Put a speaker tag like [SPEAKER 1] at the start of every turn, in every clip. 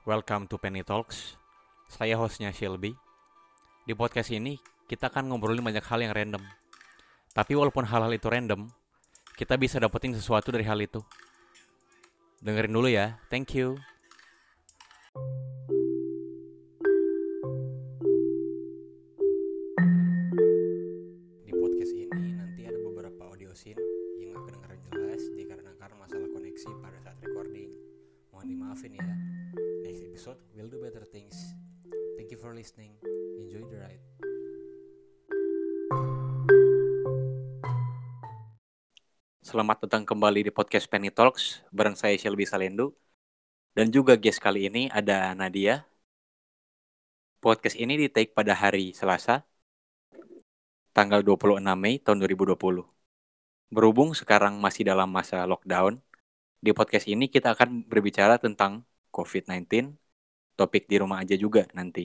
[SPEAKER 1] Welcome to Penny Talks. Saya hostnya Shelby. Di podcast ini, kita akan ngobrolin banyak hal yang random. Tapi walaupun hal-hal itu random, kita bisa dapetin sesuatu dari hal itu. Dengerin dulu ya. Thank you. Di podcast ini nanti ada beberapa audio scene yang gak kedengeran jelas dikarenakan masalah koneksi pada saat recording. Mohon dimaafin ya. Next episode, we'll do better things. Thank you for listening. Enjoy the ride. Selamat datang kembali di podcast Penny Talks bareng saya Shelby Salendo. Dan juga guest kali ini ada Nadia. Podcast ini di-take pada hari Selasa, tanggal 26 Mei tahun 2020. Berhubung sekarang masih dalam masa lockdown, di podcast ini kita akan berbicara tentang COVID-19, topik di rumah aja juga nanti.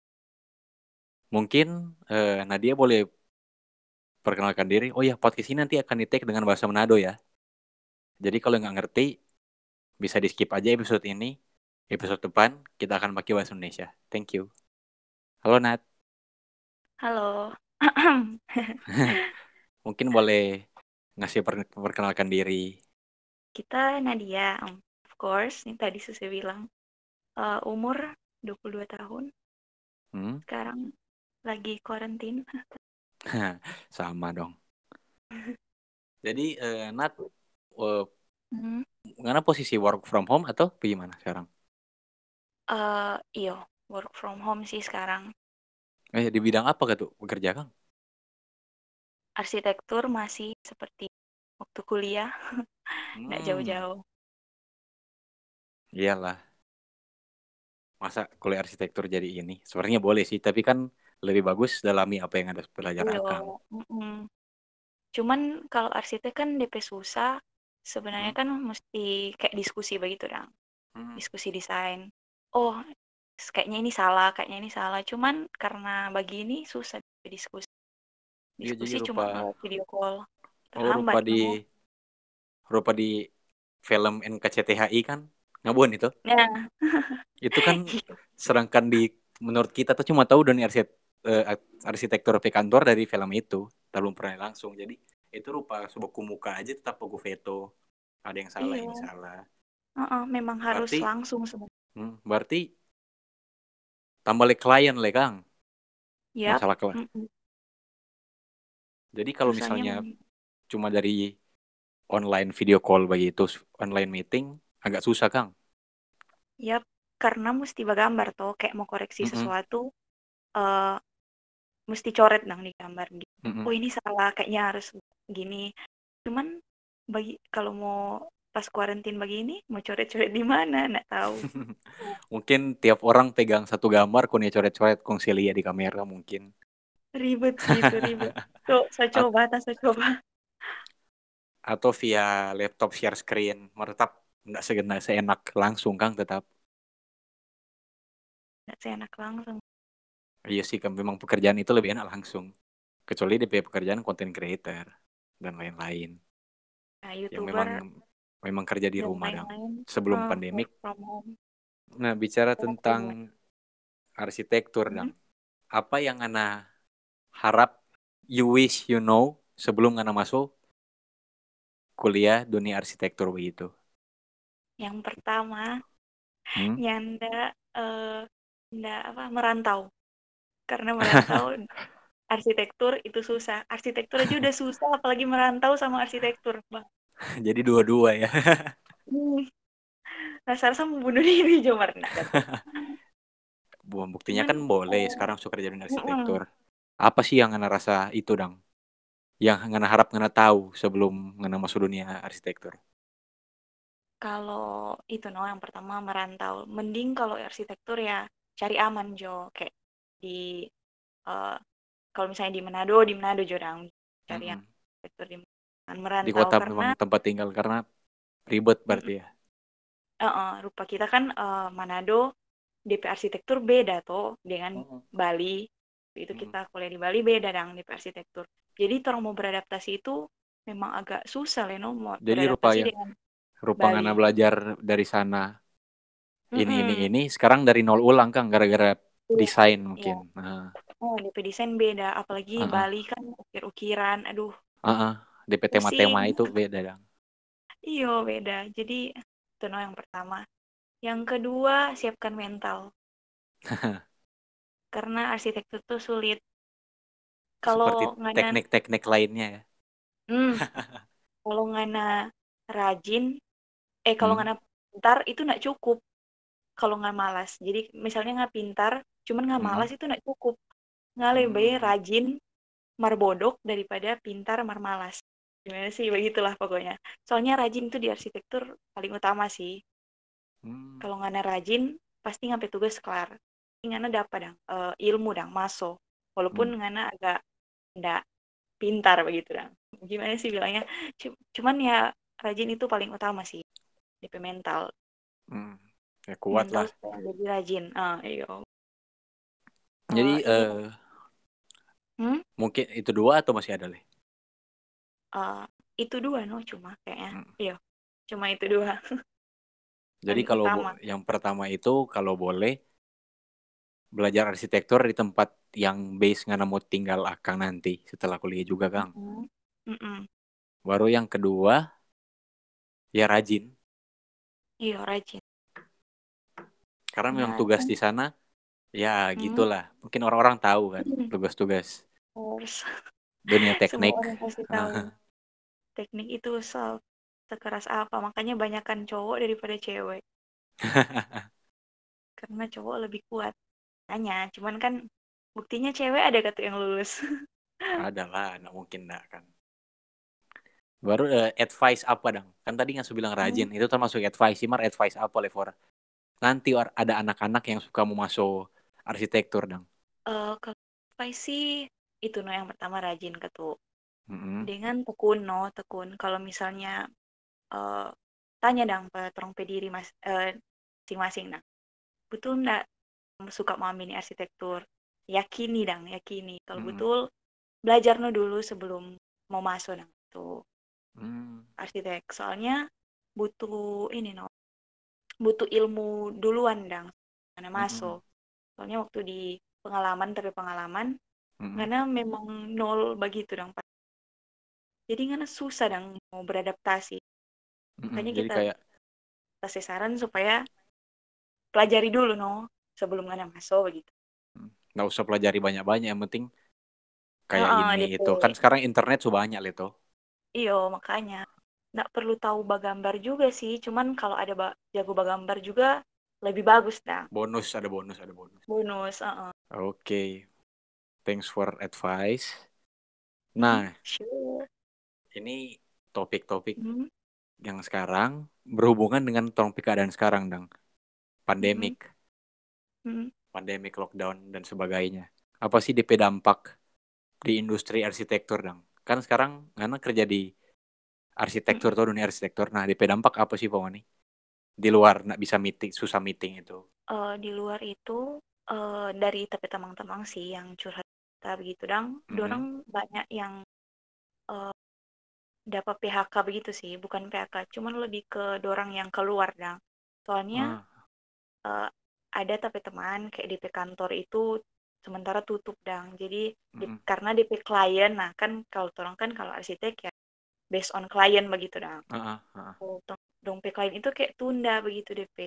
[SPEAKER 1] Mungkin Nadia boleh perkenalkan diri. Oh ya, podcast ini nanti akan di-take dengan bahasa Manado ya. Jadi kalau nggak ngerti, bisa di-skip aja episode ini. Episode depan, kita akan pakai bahasa Indonesia. Thank you. Halo Nat.
[SPEAKER 2] Halo.
[SPEAKER 1] Mungkin boleh ngasih perkenalkan diri.
[SPEAKER 2] Kita Nadia, of course, ini tadi saya bilang. Umur 22 tahun,
[SPEAKER 1] Hmm?
[SPEAKER 2] sekarang lagi karantin.
[SPEAKER 1] Sama dong. Jadi Nat, uh,
[SPEAKER 2] Hmm.
[SPEAKER 1] mana posisi work from home atau gimana sekarang?
[SPEAKER 2] Iyo, work from home sih sekarang.
[SPEAKER 1] Di bidang apa tuh bekerja Kang?
[SPEAKER 2] Arsitektur masih seperti waktu kuliah, nggak
[SPEAKER 1] Hmm,
[SPEAKER 2] jauh-jauh.
[SPEAKER 1] iyalah. Masa kuliah arsitektur jadi ini? Sebenarnya boleh sih, tapi kan lebih bagus dalami apa yang ada belajar
[SPEAKER 2] Iyo,
[SPEAKER 1] Akang.
[SPEAKER 2] cuman kalau arsitek kan DP susah, sebenarnya
[SPEAKER 1] Hmm?
[SPEAKER 2] kan mesti kayak diskusi begitu dong.
[SPEAKER 1] Hmm.
[SPEAKER 2] Diskusi desain. Oh, kayaknya ini salah. Cuman karena bagi ini susah diskusi.
[SPEAKER 1] Iya
[SPEAKER 2] Diskusi
[SPEAKER 1] jadi
[SPEAKER 2] cuma
[SPEAKER 1] rupa,
[SPEAKER 2] lewat video call.
[SPEAKER 1] oh rupa
[SPEAKER 2] Terhambat,
[SPEAKER 1] di
[SPEAKER 2] no?
[SPEAKER 1] rupa di film NKCTHI kan ngabun itu.
[SPEAKER 2] Nah,
[SPEAKER 1] Itu kan serangkan di menurut kita tuh cuma tahu dari eh, arsitektur kantor dari film itu, belum pernah langsung. Jadi itu rupa sebuah muka aja tetap aku veto. Ada yang salah, ini
[SPEAKER 2] iya.
[SPEAKER 1] salah.
[SPEAKER 2] Memang harus
[SPEAKER 1] Berarti
[SPEAKER 2] langsung sebenarnya.
[SPEAKER 1] berarti tambah le klien le Kang.
[SPEAKER 2] Yap.
[SPEAKER 1] Masalah kelas.
[SPEAKER 2] Mm-mm.
[SPEAKER 1] Jadi kalau
[SPEAKER 2] Susahnya
[SPEAKER 1] misalnya cuma dari online video call begitu, online meeting agak susah Kang.
[SPEAKER 2] yap, karena mesti bergambar toh, kayak mau koreksi
[SPEAKER 1] Mm-mm,
[SPEAKER 2] sesuatu, eh mesti coret dong di gambar gitu.
[SPEAKER 1] mm-mm.
[SPEAKER 2] Oh, ini salah, kayaknya harus gini. Cuman kalau mau pas kuarantin begini, mau coret-coret di mana? Nggak tahu.
[SPEAKER 1] Mungkin tiap orang pegang satu gambar, kunia coret-coret kongsilia di kamera mungkin.
[SPEAKER 2] Ribet sih itu, ribet. Tuh,
[SPEAKER 1] At-
[SPEAKER 2] saya coba.
[SPEAKER 1] atau via laptop share screen, tetap nggak seenak langsung Kang tetap.
[SPEAKER 2] Nggak seenak langsung.
[SPEAKER 1] Iya sih kan memang pekerjaan itu lebih enak langsung. Kecuali di pekerjaan content creator dan lain-lain
[SPEAKER 2] Nah,
[SPEAKER 1] yang
[SPEAKER 2] YouTuber
[SPEAKER 1] memang kerja di
[SPEAKER 2] dan
[SPEAKER 1] rumah Dang.
[SPEAKER 2] lain-lain,
[SPEAKER 1] Sebelum pandemik.
[SPEAKER 2] work from home.
[SPEAKER 1] Nah, bicara
[SPEAKER 2] Banyak
[SPEAKER 1] tentang
[SPEAKER 2] remote.
[SPEAKER 1] arsitektur
[SPEAKER 2] Hmm.
[SPEAKER 1] Dang. Apa yang Ana harap, you wish you know sebelum Ana masuk kuliah dunia arsitektur begitu?
[SPEAKER 2] Yang pertama,
[SPEAKER 1] Hmm?
[SPEAKER 2] nyanda eh ndak apa merantau. Karena merantau arsitektur itu susah. Arsitektur aja udah susah, apalagi merantau sama arsitektur, Bang.
[SPEAKER 1] Jadi dua-dua ya.
[SPEAKER 2] Hmm, rasa-rasa mau bunuh diri coba enggak ada tuh.
[SPEAKER 1] Buktinya
[SPEAKER 2] Cuman
[SPEAKER 1] kan boleh sekarang suka kerja di
[SPEAKER 2] mm-mm.
[SPEAKER 1] arsitektur. Apa sih yang Ana rasa itu Dang? Yang Ana harap Ana tahu sebelum Ana masuk dunia arsitektur?
[SPEAKER 2] Kalau itu yang pertama merantau. Mending kalau arsitektur ya cari aman Jo, kayak di eh, kalau misalnya di Manado Jodang cari yang
[SPEAKER 1] Mm-mm.
[SPEAKER 2] arsitektur di
[SPEAKER 1] Di
[SPEAKER 2] merantau
[SPEAKER 1] kota
[SPEAKER 2] karena
[SPEAKER 1] memang tempat tinggal karena ribet
[SPEAKER 2] mm-mm,
[SPEAKER 1] berarti ya.
[SPEAKER 2] rupa kita kan Manado DP arsitektur beda tuh dengan
[SPEAKER 1] Mm-mm.
[SPEAKER 2] Bali. Itu
[SPEAKER 1] Mm-mm.
[SPEAKER 2] kita kuliah di Bali beda dengan DP arsitektur. Jadi orang mau beradaptasi itu memang agak susah Leno mau
[SPEAKER 1] Jadi
[SPEAKER 2] beradaptasi dengan
[SPEAKER 1] rupa
[SPEAKER 2] Bali.
[SPEAKER 1] Ngana belajar dari sana
[SPEAKER 2] Mm-mm.
[SPEAKER 1] ini sekarang dari nol ulang Kang gara-gara
[SPEAKER 2] Iya,
[SPEAKER 1] desain
[SPEAKER 2] iya.
[SPEAKER 1] mungkin. Nah,
[SPEAKER 2] Oh, DP desain beda, apalagi
[SPEAKER 1] heeh.
[SPEAKER 2] Bali kan ukir-ukiran, aduh,
[SPEAKER 1] Heeh. DP tema-tema
[SPEAKER 2] pusing.
[SPEAKER 1] itu beda dong.
[SPEAKER 2] Iya, beda. Jadi itu no yang pertama. Yang kedua, siapkan mental. Karena arsitektur tuh sulit.
[SPEAKER 1] Seperti
[SPEAKER 2] Kalau ngana,
[SPEAKER 1] teknik-teknik lainnya ya.
[SPEAKER 2] hmm, kalau ngana rajin, kalau
[SPEAKER 1] Hmm.
[SPEAKER 2] ngana pintar itu nggak cukup. Kalau nggak malas. Jadi misalnya nggak pintar, cuman nggak
[SPEAKER 1] Hmm.
[SPEAKER 2] malas itu nggak cukup. Nggak lebih
[SPEAKER 1] Hmm.
[SPEAKER 2] rajin, mar bodok daripada pintar, mar malas. Gimana sih? Begitulah pokoknya. Soalnya rajin itu di arsitektur paling utama sih.
[SPEAKER 1] Hmm.
[SPEAKER 2] Kalau ngana rajin, pasti ngampe tugas kelar. Ngana dapat dong, ilmu dong, maso. Walaupun
[SPEAKER 1] Hmm.
[SPEAKER 2] ngana agak ndak pintar begitu dong. Gimana sih bilangnya? Cuman ya rajin itu paling utama sih. DP mental.
[SPEAKER 1] Hmm. Ya kuat
[SPEAKER 2] Mental
[SPEAKER 1] lah.
[SPEAKER 2] supaya lebih rajin. Iya.
[SPEAKER 1] Jadi
[SPEAKER 2] Ini hmm?
[SPEAKER 1] mungkin itu dua atau masih ada leh?
[SPEAKER 2] Eh, itu dua no cuma kayaknya.
[SPEAKER 1] Hmm.
[SPEAKER 2] Iya, cuma itu dua
[SPEAKER 1] Jadi
[SPEAKER 2] paling
[SPEAKER 1] kalau
[SPEAKER 2] utama.
[SPEAKER 1] yang pertama itu kalau boleh belajar arsitektur di tempat yang base ngana mau tinggal akang nanti setelah kuliah juga Kang.
[SPEAKER 2] Mm-mm. Mm-mm.
[SPEAKER 1] Baru yang kedua ya rajin
[SPEAKER 2] Iya, rajin.
[SPEAKER 1] karena memang
[SPEAKER 2] Nah,
[SPEAKER 1] tugas di sana ya
[SPEAKER 2] hmm,
[SPEAKER 1] gitulah. Mungkin orang-orang tahu kan
[SPEAKER 2] mm,
[SPEAKER 1] tugas-tugas
[SPEAKER 2] harus
[SPEAKER 1] dunia
[SPEAKER 2] semua
[SPEAKER 1] teknik.
[SPEAKER 2] orang pasti tahu teknik itu sekeras apa. Makanya banyakkan cowok daripada cewek. Karena cowok lebih kuat. Hanya, cuman kan buktinya cewek ada kata yang lulus.
[SPEAKER 1] Ada lah, nggak mungkin nggak kan. Baru advice apa dong? Kan tadi nggak bilang
[SPEAKER 2] Hmm,
[SPEAKER 1] rajin, itu termasuk advice. Mar advice apa Levora? Nanti ada anak-anak yang suka mau masuk arsitektur dong.
[SPEAKER 2] kalau apa sih itu no yang pertama rajin ketu.
[SPEAKER 1] Mm-mm.
[SPEAKER 2] Dengan tekun no tekun. Kalau misalnya eh, tanya dong ke terong pediri masing-masing nah betul nggak suka mau ini arsitektur, yakini dong, yakini kalau
[SPEAKER 1] Mm-mm.
[SPEAKER 2] betul belajar no dulu sebelum mau masuk dong tuh
[SPEAKER 1] Mm.
[SPEAKER 2] arsitek, soalnya butuh ini no butuh ilmu duluan dong mana
[SPEAKER 1] Mm-mm.
[SPEAKER 2] masuk, soalnya waktu di pengalaman tapi pengalaman
[SPEAKER 1] Mm-mm.
[SPEAKER 2] karena memang nol begitu dong, jadi karena susah dong mau beradaptasi,
[SPEAKER 1] Mm-mm.
[SPEAKER 2] makanya
[SPEAKER 1] Jadi
[SPEAKER 2] kita
[SPEAKER 1] kayak
[SPEAKER 2] kasih saran supaya pelajari dulu no sebelum ngana masuk begitu.
[SPEAKER 1] nggak usah pelajari banyak-banyak, yang penting kayak
[SPEAKER 2] Heeh,
[SPEAKER 1] ini
[SPEAKER 2] DP.
[SPEAKER 1] itu. Kan sekarang internet sudah banyak itu.
[SPEAKER 2] Iyo, makanya nggak perlu tahu bagambar juga sih. Cuman kalau ada jago bagambar juga lebih bagus dah.
[SPEAKER 1] Bonus, ada bonus, ada bonus.
[SPEAKER 2] Bonus.
[SPEAKER 1] Oke, okay. Thanks for advice.
[SPEAKER 2] Mm-mm,
[SPEAKER 1] Nah,
[SPEAKER 2] sure.
[SPEAKER 1] ini topik-topik
[SPEAKER 2] Mm-mm,
[SPEAKER 1] yang sekarang berhubungan dengan topik keadaan sekarang, dong.
[SPEAKER 2] mm-mm,
[SPEAKER 1] Pandemik,
[SPEAKER 2] mm-mm,
[SPEAKER 1] pandemik lockdown dan sebagainya. Apa sih DP dampak di industri arsitektur, dong? Kan sekarang karena kerja di arsitektur
[SPEAKER 2] mm-mm.
[SPEAKER 1] atau dunia arsitektur. Nah, DP dampak apa sih, Pak Wani? Di luar nggak bisa meeting, susah meeting itu.
[SPEAKER 2] Di luar itu dari tapi teman-teman sih yang curhat kita begitu dong.
[SPEAKER 1] Mm-mm.
[SPEAKER 2] Dorang banyak yang eh, dapat PHK begitu sih. Bukan PHK, cuman lebih ke dorang yang keluar dong. Soalnya
[SPEAKER 1] Ah,
[SPEAKER 2] eh, ada tapi teman kayak DP kantor itu sementara tutup dang. Jadi
[SPEAKER 1] mm-mm.
[SPEAKER 2] karena DP klien, nah kan kalau orang kan kalau arsitek ya based on klien begitu dang.
[SPEAKER 1] Ah, ah, ah.
[SPEAKER 2] Kalau dong DP klien itu kayak tunda begitu DP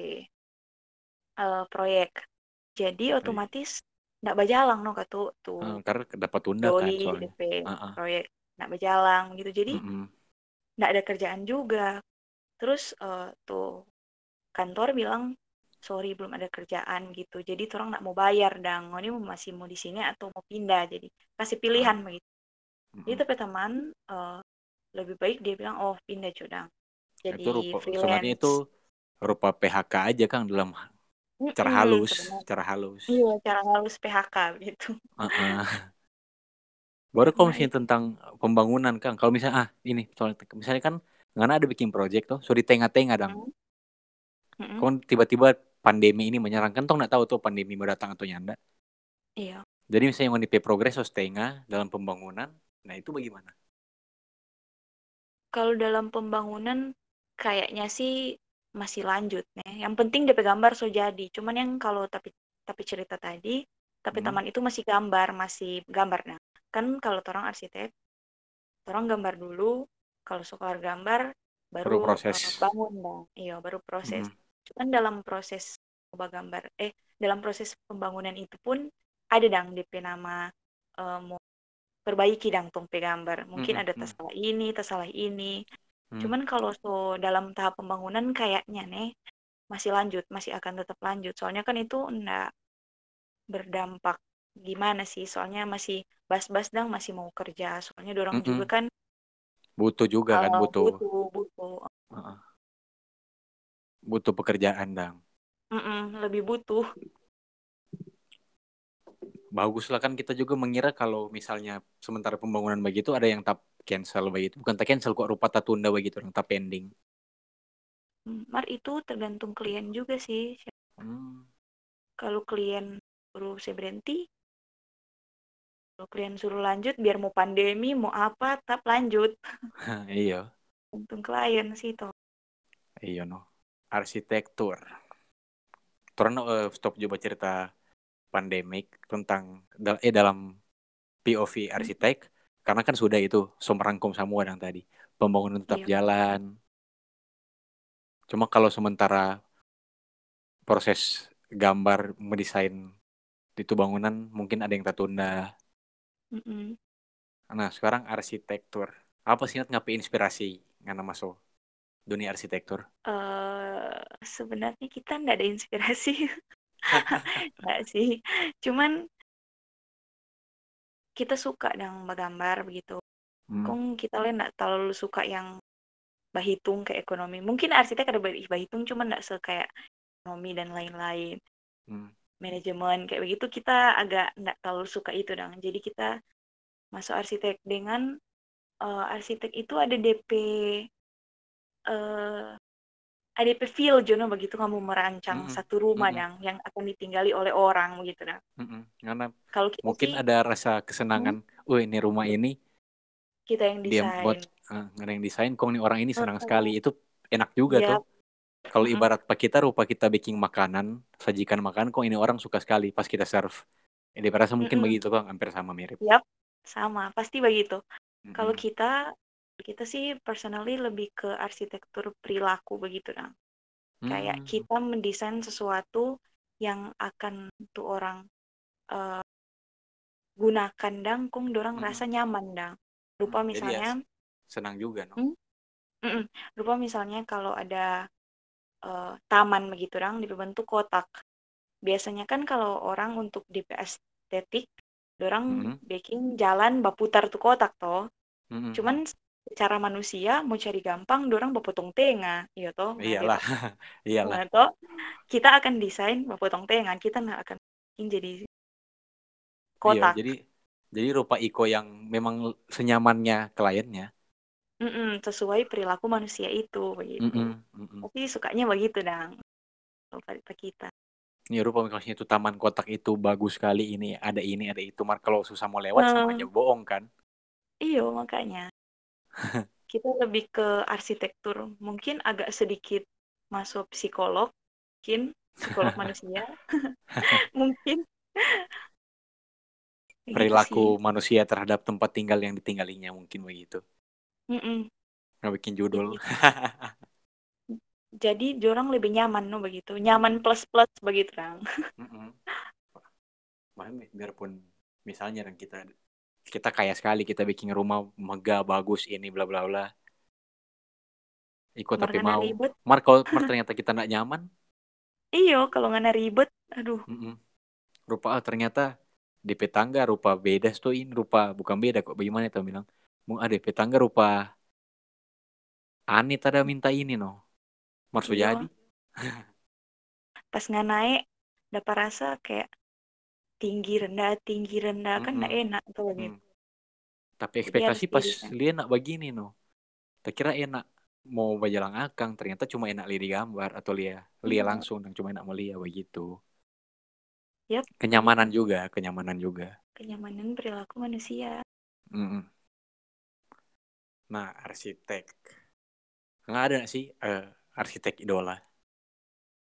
[SPEAKER 2] proyek. Jadi
[SPEAKER 1] Iya.
[SPEAKER 2] otomatis nggak berjalan no katu tuh
[SPEAKER 1] Karena dapat tunda kan
[SPEAKER 2] doli
[SPEAKER 1] soalnya.
[SPEAKER 2] DP
[SPEAKER 1] Ah, ah.
[SPEAKER 2] proyek nggak berjalan gitu. Jadi
[SPEAKER 1] Mm-mm.
[SPEAKER 2] nggak ada kerjaan juga. Terus tuh kantor bilang sorry belum ada kerjaan gitu, jadi orang nggak mau bayar dang, ini masih mau di sini atau mau pindah, jadi kasih pilihan
[SPEAKER 1] Ah,
[SPEAKER 2] begitu. Jadi
[SPEAKER 1] mm-mm.
[SPEAKER 2] tapi teman lebih baik dia bilang oh pindah cudang jadi
[SPEAKER 1] Itu sebenarnya itu
[SPEAKER 2] freelance.
[SPEAKER 1] rupa PHK aja Kang dalam cara
[SPEAKER 2] Mm-mm,
[SPEAKER 1] halus,
[SPEAKER 2] sebenarnya
[SPEAKER 1] cara halus.
[SPEAKER 2] iya cara halus PHK gitu.
[SPEAKER 1] Ah, ah. Baru kalau
[SPEAKER 2] Karena
[SPEAKER 1] misalnya
[SPEAKER 2] itu
[SPEAKER 1] tentang pembangunan Kang, kalau misalnya ini soalnya misalnya kan nggak ada bikin project tuh, so di tengah-tengah dong.
[SPEAKER 2] mm, mm-mm,
[SPEAKER 1] Kan tiba-tiba pandemi ini menyerang kan, toh nggak tahu tuh pandemi mau datang atau nyanda.
[SPEAKER 2] iya
[SPEAKER 1] Jadi misalnya yang mau progres so setengah dalam pembangunan, nah itu bagaimana?
[SPEAKER 2] kalau dalam pembangunan kayaknya sih masih lanjut Yang penting DP gambar so jadi. Cuman yang kalau tapi cerita tadi, tapi taman itu masih gambar. Nah, kan kalau orang arsitek, orang gambar dulu. Kalau kelar gambar,
[SPEAKER 1] Baru
[SPEAKER 2] baru
[SPEAKER 1] proses.
[SPEAKER 2] bangun dong. Iya, baru proses. Cuman dalam proses pembangunan itu pun ada dang DP nama mau perbaiki dang tong pe gambar. Mungkin ada tersalah ini. Cuman kalau dalam tahap pembangunan kayaknya nih masih akan tetap lanjut. Soalnya kan itu enggak berdampak gimana sih. Soalnya masih bas-bas dang masih mau kerja. Soalnya dorang juga kan
[SPEAKER 1] Butuh juga kan, butuh.
[SPEAKER 2] butuh.
[SPEAKER 1] Butuh pekerjaan dang.
[SPEAKER 2] Lebih butuh.
[SPEAKER 1] Bagus lah, kan kita juga mengira kalau misalnya sementara pembangunan begitu ada yang tak cancel begitu. Bukan tak cancel kok, rupa tak tunda begitu, tak pending.
[SPEAKER 2] Mar itu tergantung klien juga sih. Kalau klien suruh saya berhenti, kalau klien suruh lanjut, biar mau pandemi, mau apa, tetap lanjut.
[SPEAKER 1] Iya.
[SPEAKER 2] Untung klien sih toh.
[SPEAKER 1] Iya no. Arsitektur. Turun stop coba cerita pandemik tentang dalam POV arsitek, karena kan sudah itu merangkum semua yang tadi. Pembangunan tetap
[SPEAKER 2] Iya.
[SPEAKER 1] jalan. Cuma kalau sementara proses gambar mendesain itu bangunan mungkin ada yang tertunda. Nah, sekarang arsitektur. Apa sih ngapain inspirasi ngana masuk dunia arsitektur?
[SPEAKER 2] Sebenarnya kita nggak ada inspirasi. Nggak sih. Cuman kita suka dong menggambar begitu. Kong kita lain nggak terlalu suka yang bahitung ke ekonomi. Mungkin arsitek ada bahitung, cuman nggak kayak ekonomi dan lain-lain. Manajemen kayak begitu kita agak nggak terlalu suka itu dong. Jadi kita masuk arsitek dengan arsitek itu ada feel Jono begitu kamu merancang satu rumah dong yang akan ditinggali oleh orang begitu dong.
[SPEAKER 1] Karena
[SPEAKER 2] Kalau kita
[SPEAKER 1] mungkin
[SPEAKER 2] sih
[SPEAKER 1] ada rasa kesenangan. Ini rumah ini
[SPEAKER 2] kita yang
[SPEAKER 1] dia buat
[SPEAKER 2] desain.
[SPEAKER 1] ada yang desain, kok nih orang ini senang sekali. Itu enak juga tuh.
[SPEAKER 2] Ya.
[SPEAKER 1] Kalau ibarat pak kita rupa kita baking makanan, sajikan makanan, kok ini orang suka sekali pas kita serve. Jadi rasa mungkin begitu kok, hampir sama mirip.
[SPEAKER 2] Yap, sama pasti begitu. Kalau kita sih personally lebih ke arsitektur perilaku begitu dong. Kayak kita mendesain sesuatu yang akan tuh orang gunakan dang kung dorang rasa nyaman dang. Rupa
[SPEAKER 1] Jadi ya
[SPEAKER 2] misalnya
[SPEAKER 1] senang juga no.
[SPEAKER 2] Rupa misalnya kalau ada taman begitu dang dibentuk kotak. Biasanya kan kalau orang untuk DP estetik, dorang bikin jalan berputar tuh kotak toh. Cuman secara manusia mau cari gampang, dorang berpotong tengah, iya toh. Nah,
[SPEAKER 1] Iyalah, iyalah.
[SPEAKER 2] nah, toh kita akan desain berpotong tengah, kita nggak akan bikin jadi
[SPEAKER 1] Iya,
[SPEAKER 2] kotak.
[SPEAKER 1] jadi rupa Iko yang memang senyamannya kliennya.
[SPEAKER 2] Sesuai perilaku manusia itu begitu. Tapi sukanya begitu dong. Kalau kita.
[SPEAKER 1] Ini rupa misalnya itu taman kotak itu bagus sekali, ini ada itu. Mar kalau susah mau lewat sama aja bohong kan.
[SPEAKER 2] Iya makanya. Kita lebih ke arsitektur. Mungkin agak sedikit masuk mungkin psikolog manusia. Mungkin begitu
[SPEAKER 1] Perilaku
[SPEAKER 2] sih.
[SPEAKER 1] manusia terhadap tempat tinggal yang ditinggalinya mungkin begitu. Nggak bikin judul.
[SPEAKER 2] Jadi orang lebih nyaman no begitu. Nyaman plus plus begitu kan.
[SPEAKER 1] Biarpun misalnya dan kita kaya sekali, kita bikin rumah megah bagus ini bla bla bla. Ikut tapi
[SPEAKER 2] Marngana
[SPEAKER 1] mau.
[SPEAKER 2] ribet.
[SPEAKER 1] Mar ternyata kita nggak nyaman.
[SPEAKER 2] Iyo kalau ngana ribet, aduh.
[SPEAKER 1] Rupa ternyata DP tangga rupa beda stoin, rupa bukan beda kok, bagaimana itu bilang mau ada DP tangga rupa Ani tada minta ini no marso
[SPEAKER 2] Iyo.
[SPEAKER 1] jadi
[SPEAKER 2] Pas nggak naik dapat rasa kayak tinggi rendah kan nggak enak tuh gitu.
[SPEAKER 1] tapi
[SPEAKER 2] Jadi harus
[SPEAKER 1] ekspektasi pas
[SPEAKER 2] dirinya.
[SPEAKER 1] dia enak begini no, tak kira enak mau bajalang akang, ternyata cuma enak lihat di gambar atau lihat langsung dan cuma enak melihat begitu.
[SPEAKER 2] Yap, begitu.
[SPEAKER 1] Kenyamanan juga.
[SPEAKER 2] Kenyamanan perilaku manusia.
[SPEAKER 1] Mm-mm. Nah, arsitek nggak ada sih arsitek idola.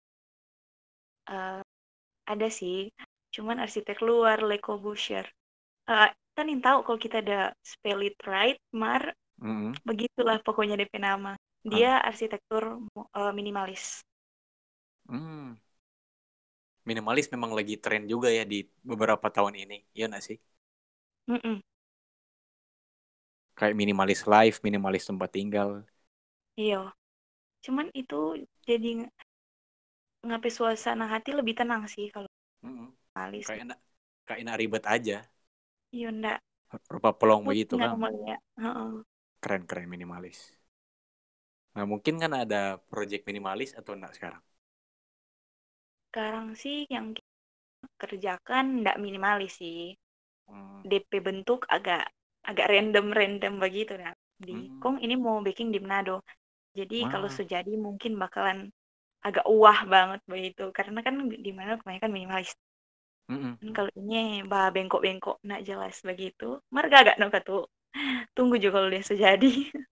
[SPEAKER 2] ada sih, cuman arsitek luar Le Corbusier. Kan yang tahu kalau kita ada spell it right, Mar,
[SPEAKER 1] Mm-mm.
[SPEAKER 2] begitulah pokoknya DP nama.
[SPEAKER 1] Ah.
[SPEAKER 2] Dia arsitektur minimalis.
[SPEAKER 1] Hmm. Minimalis memang lagi tren juga ya di beberapa tahun ini, iya nggak sih?
[SPEAKER 2] Mm-mm,
[SPEAKER 1] Kayak minimalis life, minimalis tempat tinggal.
[SPEAKER 2] iya. Cuman itu jadi ngapain suasana hati lebih tenang sih kalau
[SPEAKER 1] Mm-mm.
[SPEAKER 2] minimalis.
[SPEAKER 1] Kayak enak ribet aja.
[SPEAKER 2] Iya ndak
[SPEAKER 1] Rupa pelong
[SPEAKER 2] mood
[SPEAKER 1] begitu
[SPEAKER 2] nggak
[SPEAKER 1] kan.
[SPEAKER 2] mulia. Heeh.
[SPEAKER 1] Keren-keren minimalis. Nah mungkin kan ada project minimalis atau enggak sekarang?
[SPEAKER 2] Sekarang sih yang kita kerjakan ndak minimalis sih.
[SPEAKER 1] Hmm.
[SPEAKER 2] DP bentuk agak agak random begitu nah.
[SPEAKER 1] Hmm.
[SPEAKER 2] Kong ini mau baking di Manado. Jadi kalau
[SPEAKER 1] Wah.
[SPEAKER 2] sejadi mungkin bakalan agak wah banget begitu karena kan di mana kebanyakan minimalis.
[SPEAKER 1] Mm-mm.
[SPEAKER 2] Kan kalau ini bah bengkok-bengkok nak jelas begitu. Marga agak no tuh. Tunggu juga kalau dia sejadi.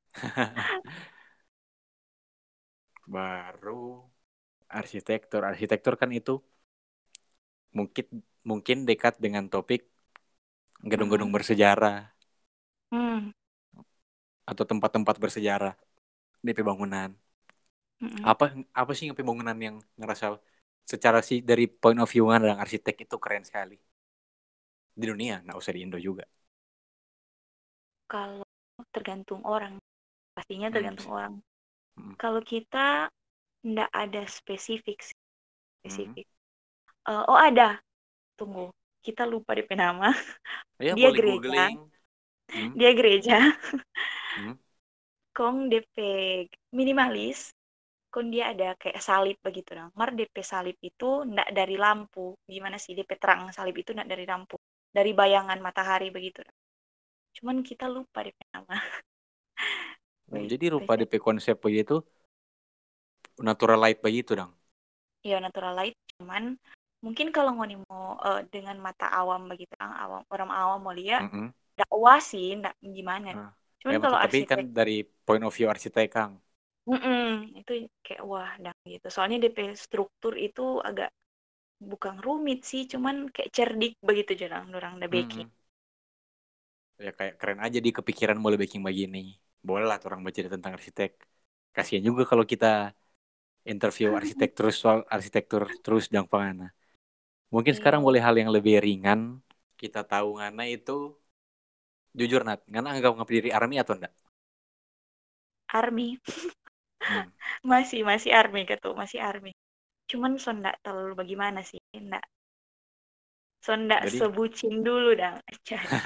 [SPEAKER 1] Baru arsitektur. Arsitektur kan itu mungkin mungkin dekat dengan topik gedung-gedung
[SPEAKER 2] Mm-mm.
[SPEAKER 1] bersejarah
[SPEAKER 2] Hmm.
[SPEAKER 1] atau tempat-tempat bersejarah di pembangunan.
[SPEAKER 2] Mm-mm.
[SPEAKER 1] Apa sih pembangunan yang ngerasa secara sih dari point of view dan arsitek itu keren sekali di dunia, nggak usah di Indo juga.
[SPEAKER 2] Kalau tergantung orang, pastinya
[SPEAKER 1] Hmm.
[SPEAKER 2] tergantung orang.
[SPEAKER 1] Hmm.
[SPEAKER 2] Kalau kita ndak ada
[SPEAKER 1] Hmm.
[SPEAKER 2] spesifik. Oh ada, tunggu. Kita lupa DP nama.
[SPEAKER 1] Ya
[SPEAKER 2] Dia
[SPEAKER 1] boleh
[SPEAKER 2] gereja,
[SPEAKER 1] googling. Hmm.
[SPEAKER 2] dia gereja.
[SPEAKER 1] Hmm.
[SPEAKER 2] Kong DP minimalis. Kong dia ada kayak salib begitu nah. Mar DP salib itu ndak dari lampu. Gimana sih DP terang salib itu ndak dari lampu. Dari bayangan matahari begitu nah. Cuman kita lupa DP nama.
[SPEAKER 1] Oh,
[SPEAKER 2] Begitu
[SPEAKER 1] jadi rupa
[SPEAKER 2] saja.
[SPEAKER 1] DP konsep begitu natural light begitu dong.
[SPEAKER 2] Ya natural light cuman mungkin kalau ngoni mau dengan mata awam begitu awam orang awam mau lihat
[SPEAKER 1] Mm-mm.
[SPEAKER 2] ndak wah sih ndak gimana
[SPEAKER 1] Ah.
[SPEAKER 2] cuman kalau
[SPEAKER 1] Tapi kan
[SPEAKER 2] arsitek
[SPEAKER 1] dari point of view arsitek Kang.
[SPEAKER 2] itu kayak wah dah gitu soalnya DP struktur itu agak bukan rumit sih cuman kayak cerdik begitu jarang orang udah baking.
[SPEAKER 1] Mm-mm. Ya kayak keren aja di kepikiran mulai baking begini. Boleh lah orang bercerita tentang arsitek. Kasian juga kalau kita interview arsitek terus soal arsitektur terus dan pengana. Mungkin sekarang
[SPEAKER 2] Iya
[SPEAKER 1] boleh hal yang lebih ringan. Kita tahu ngana itu jujur Nat, ngana anggap ngap diri army atau enggak?
[SPEAKER 2] army
[SPEAKER 1] Hmm.
[SPEAKER 2] masih army gitu masih army cuman so ndak terlalu bagaimana sih ndak so ndak
[SPEAKER 1] Jadi
[SPEAKER 2] sebucin dulu dah jadi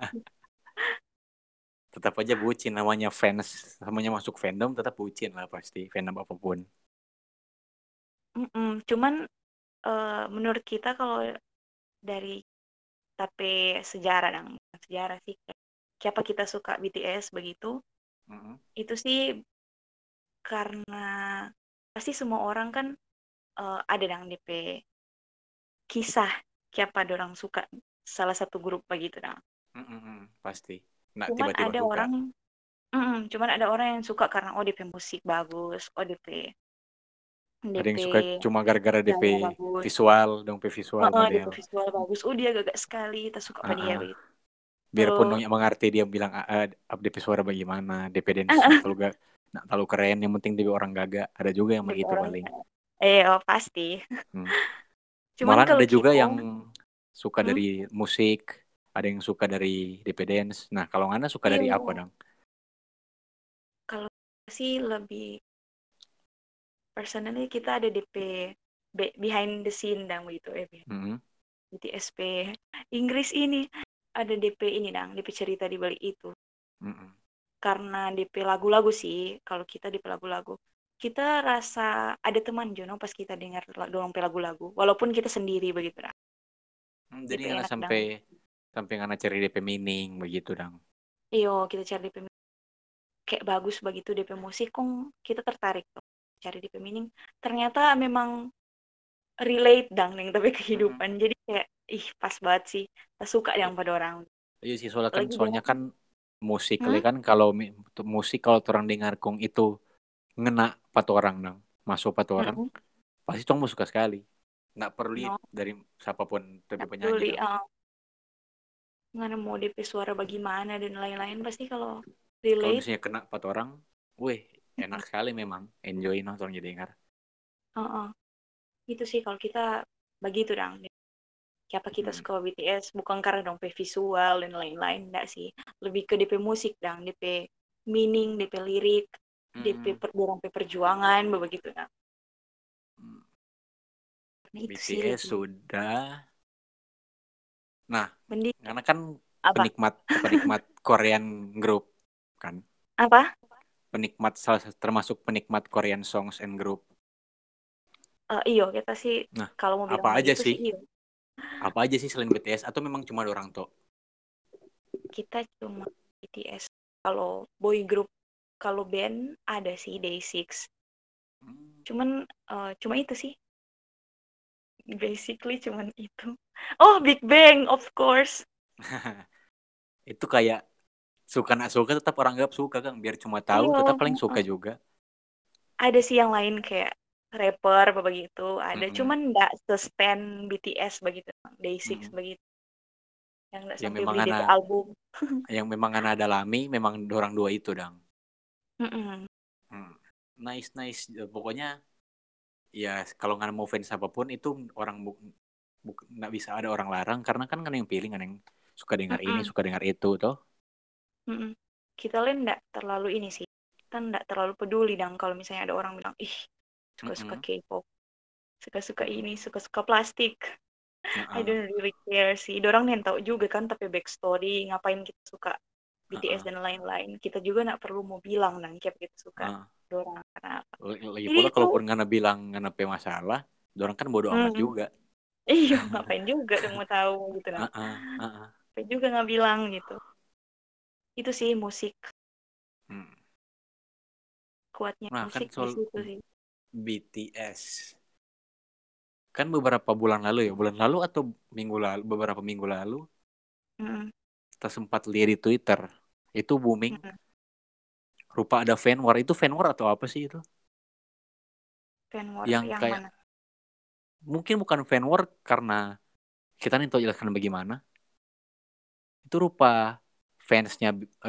[SPEAKER 1] tetap aja bucin namanya fans, namanya masuk fandom tetap bucin lah pasti fandom apapun.
[SPEAKER 2] cuman menurut kita kalau dari tapi sejarah dong sejarah sih siapa kita suka BTS begitu
[SPEAKER 1] Mm-mm.
[SPEAKER 2] itu sih karena pasti semua orang kan ada dong DP kisah siapa orang suka salah satu grup begitu dong
[SPEAKER 1] Mm-mm. Pasti. Nggak
[SPEAKER 2] cuman
[SPEAKER 1] tiba-tiba
[SPEAKER 2] ada
[SPEAKER 1] suka.
[SPEAKER 2] orang cuman ada orang yang suka karena oh DP musik bagus oh
[SPEAKER 1] Ada
[SPEAKER 2] DP
[SPEAKER 1] yang suka cuma gara-gara DP
[SPEAKER 2] gaya bagus
[SPEAKER 1] visual, dong visual
[SPEAKER 2] DP
[SPEAKER 1] model.
[SPEAKER 2] visual bagus oh dia gagak sekali kita suka pada dia
[SPEAKER 1] Ah,
[SPEAKER 2] begitu
[SPEAKER 1] biarpun
[SPEAKER 2] tuh
[SPEAKER 1] dong yang mengerti dia bilang DP suara bagaimana, DP dance nak terlalu gak, nak terlalu keren, yang penting DP orang gagak. Ada juga yang
[SPEAKER 2] DP
[SPEAKER 1] begitu
[SPEAKER 2] orang
[SPEAKER 1] paling.
[SPEAKER 2] oh pasti
[SPEAKER 1] Hmm.
[SPEAKER 2] cuman
[SPEAKER 1] Malahan
[SPEAKER 2] kalau
[SPEAKER 1] ada juga
[SPEAKER 2] kita
[SPEAKER 1] yang suka
[SPEAKER 2] hmm,
[SPEAKER 1] dari musik, ada yang suka dari DP dance. Nah, kalau Ngana suka
[SPEAKER 2] iya
[SPEAKER 1] dari apa dong?
[SPEAKER 2] kalau sih lebih personally kita ada DP behind the scene dang begitu
[SPEAKER 1] Hmm.
[SPEAKER 2] BTSP Inggris ini ada DP ini dang DP cerita di balik itu
[SPEAKER 1] Hmm.
[SPEAKER 2] karena DP lagu-lagu sih kalau kita DP lagu-lagu kita rasa ada teman Jono pas kita dengar dorong lagu-lagu walaupun kita sendiri begitu dang
[SPEAKER 1] Jadi
[SPEAKER 2] DP
[SPEAKER 1] Ngana
[SPEAKER 2] enak dang
[SPEAKER 1] sampai sampai Ngana cari DP meaning begitu dong.
[SPEAKER 2] iyo kita cari DP kayak bagus begitu DP musik kok kita tertarik tuh cari DP meaning ternyata memang relate dang dengan tapi
[SPEAKER 1] Hmm.
[SPEAKER 2] kehidupan jadi kayak ih pas banget sih tak suka yang pada orang
[SPEAKER 1] Iya sih soalnya
[SPEAKER 2] apalagi
[SPEAKER 1] soalnya
[SPEAKER 2] dengan
[SPEAKER 1] kan musik kali
[SPEAKER 2] hmm?
[SPEAKER 1] kan kalau musik kalau orang dengar kong itu ngena patu orang dong, masuk patu orang
[SPEAKER 2] Mm-mm.
[SPEAKER 1] pasti tong mau suka sekali. nggak perlu
[SPEAKER 2] No,
[SPEAKER 1] dari siapapun tapi
[SPEAKER 2] nggak
[SPEAKER 1] penyanyi
[SPEAKER 2] peduli.
[SPEAKER 1] dong.
[SPEAKER 2] Nggak mau DP suara bagaimana dan lain-lain pasti kalau
[SPEAKER 1] Kalau
[SPEAKER 2] relate.
[SPEAKER 1] misalnya kena 4 orang, wih enak sekali memang, enjoy nonton jadi dengar.
[SPEAKER 2] uh, itu sih kalau kita begitu dong. Siapa kita
[SPEAKER 1] Hmm.
[SPEAKER 2] suka BTS bukan karena dong visual dan lain-lain, enggak sih, lebih ke DP musik dong, DP meaning, DP lirik, DP
[SPEAKER 1] Hmm.
[SPEAKER 2] perjuangan begitu nah. Nah, itu sih
[SPEAKER 1] BTS
[SPEAKER 2] lebih
[SPEAKER 1] sudah. Nah,
[SPEAKER 2] mending
[SPEAKER 1] karena kan
[SPEAKER 2] apa
[SPEAKER 1] penikmat penikmat Korean group kan,
[SPEAKER 2] apa
[SPEAKER 1] termasuk penikmat Korean songs and group.
[SPEAKER 2] iyo kita sih
[SPEAKER 1] Nah,
[SPEAKER 2] kalau mau bilang
[SPEAKER 1] apa aja
[SPEAKER 2] begitu
[SPEAKER 1] sih?
[SPEAKER 2] sih iyo
[SPEAKER 1] Apa aja sih selain BTS atau memang cuma ada orang tuh?
[SPEAKER 2] kita cuma BTS. Kalau boy group, kalau band ada sih Day6,
[SPEAKER 1] Hmm.
[SPEAKER 2] cuman cuma itu sih, basically cuman itu. Oh, Big Bang of course.
[SPEAKER 1] Itu kayak suka nak suka tetap orang anggap suka kan, biar cuma tahu
[SPEAKER 2] Iya,
[SPEAKER 1] tetap paling suka juga.
[SPEAKER 2] ada sih yang lain kayak rapper begitu, ada
[SPEAKER 1] Mm-mm.
[SPEAKER 2] cuman nggak se-stan BTS begitu, Day6
[SPEAKER 1] Mm-mm.
[SPEAKER 2] begitu, yang nggak
[SPEAKER 1] Yang
[SPEAKER 2] sampai
[SPEAKER 1] memang
[SPEAKER 2] beli DP
[SPEAKER 1] anak
[SPEAKER 2] album.
[SPEAKER 1] yang memang anak dalami memang orang dua itu dong.
[SPEAKER 2] Mm-mm.
[SPEAKER 1] Hmm. Nice nice. Pokoknya ya kalau nggak mau fans apapun itu orang nggak bisa ada orang larang karena kan kan yang pilih kan yang suka dengar ini
[SPEAKER 2] Mm-mm.
[SPEAKER 1] suka dengar itu toh.
[SPEAKER 2] Mm-mm. Kita lain nggak terlalu ini sih, kita nggak terlalu peduli dong kalau misalnya ada orang bilang ih suka-suka
[SPEAKER 1] Mm-mm.
[SPEAKER 2] K-pop, suka-suka
[SPEAKER 1] Mm-mm.
[SPEAKER 2] ini, suka-suka plastik. I
[SPEAKER 1] Uh-uh.
[SPEAKER 2] don't really care sih. Dorang nih tahu juga kan tapi backstory ngapain kita suka BTS
[SPEAKER 1] Uh-uh.
[SPEAKER 2] dan lain-lain. Kita juga nggak perlu mau bilang nang siapa kita suka
[SPEAKER 1] Uh.
[SPEAKER 2] dorang karena apa.
[SPEAKER 1] Lagi
[SPEAKER 2] Jadi
[SPEAKER 1] pula
[SPEAKER 2] itu
[SPEAKER 1] kalaupun nggak bilang nggak apa masalah, orang kan bodo amat
[SPEAKER 2] hmm,
[SPEAKER 1] juga.
[SPEAKER 2] iya ngapain juga dong mau tahu gitu nah.
[SPEAKER 1] Uh-uh. Uh-uh.
[SPEAKER 2] Ngapain juga nggak bilang gitu. Itu sih musik,
[SPEAKER 1] Hmm.
[SPEAKER 2] kuatnya
[SPEAKER 1] Nah kan
[SPEAKER 2] musik di
[SPEAKER 1] soal
[SPEAKER 2] situ sih.
[SPEAKER 1] BTS kan beberapa bulan lalu ya, bulan lalu atau minggu lalu, beberapa minggu lalu
[SPEAKER 2] Mm-mm.
[SPEAKER 1] kita sempat lihat di Twitter itu booming,
[SPEAKER 2] Mm-mm.
[SPEAKER 1] rupa ada fan war. Itu fan war atau apa sih itu,
[SPEAKER 2] Fan war
[SPEAKER 1] yang
[SPEAKER 2] yang
[SPEAKER 1] kayak
[SPEAKER 2] mana?
[SPEAKER 1] mungkin bukan fan war karena kita nih tahu jelaskan bagaimana. Itu rupa fansnya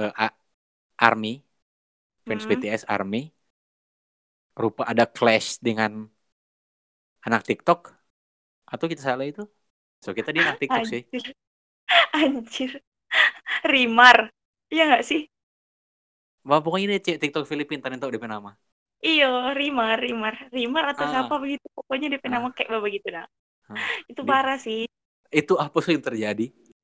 [SPEAKER 1] Army, fans
[SPEAKER 2] Mm-mm.
[SPEAKER 1] BTS Army, rupa ada clash dengan anak TikTok atau kita salah itu. So kita di anak TikTok sih.
[SPEAKER 2] Anjir, anjir. Rimar. Iya nggak sih?
[SPEAKER 1] Wah, pokoknya ini TikTok Filipina tadi tahu DP nama.
[SPEAKER 2] Iya, Rimar, Rimar. Rimar atau siapa
[SPEAKER 1] Ah,
[SPEAKER 2] begitu. Pokoknya DP nama
[SPEAKER 1] ah,
[SPEAKER 2] kayak begitu nah.
[SPEAKER 1] ah.
[SPEAKER 2] Itu
[SPEAKER 1] Di,
[SPEAKER 2] parah sih.
[SPEAKER 1] itu apa sih yang terjadi?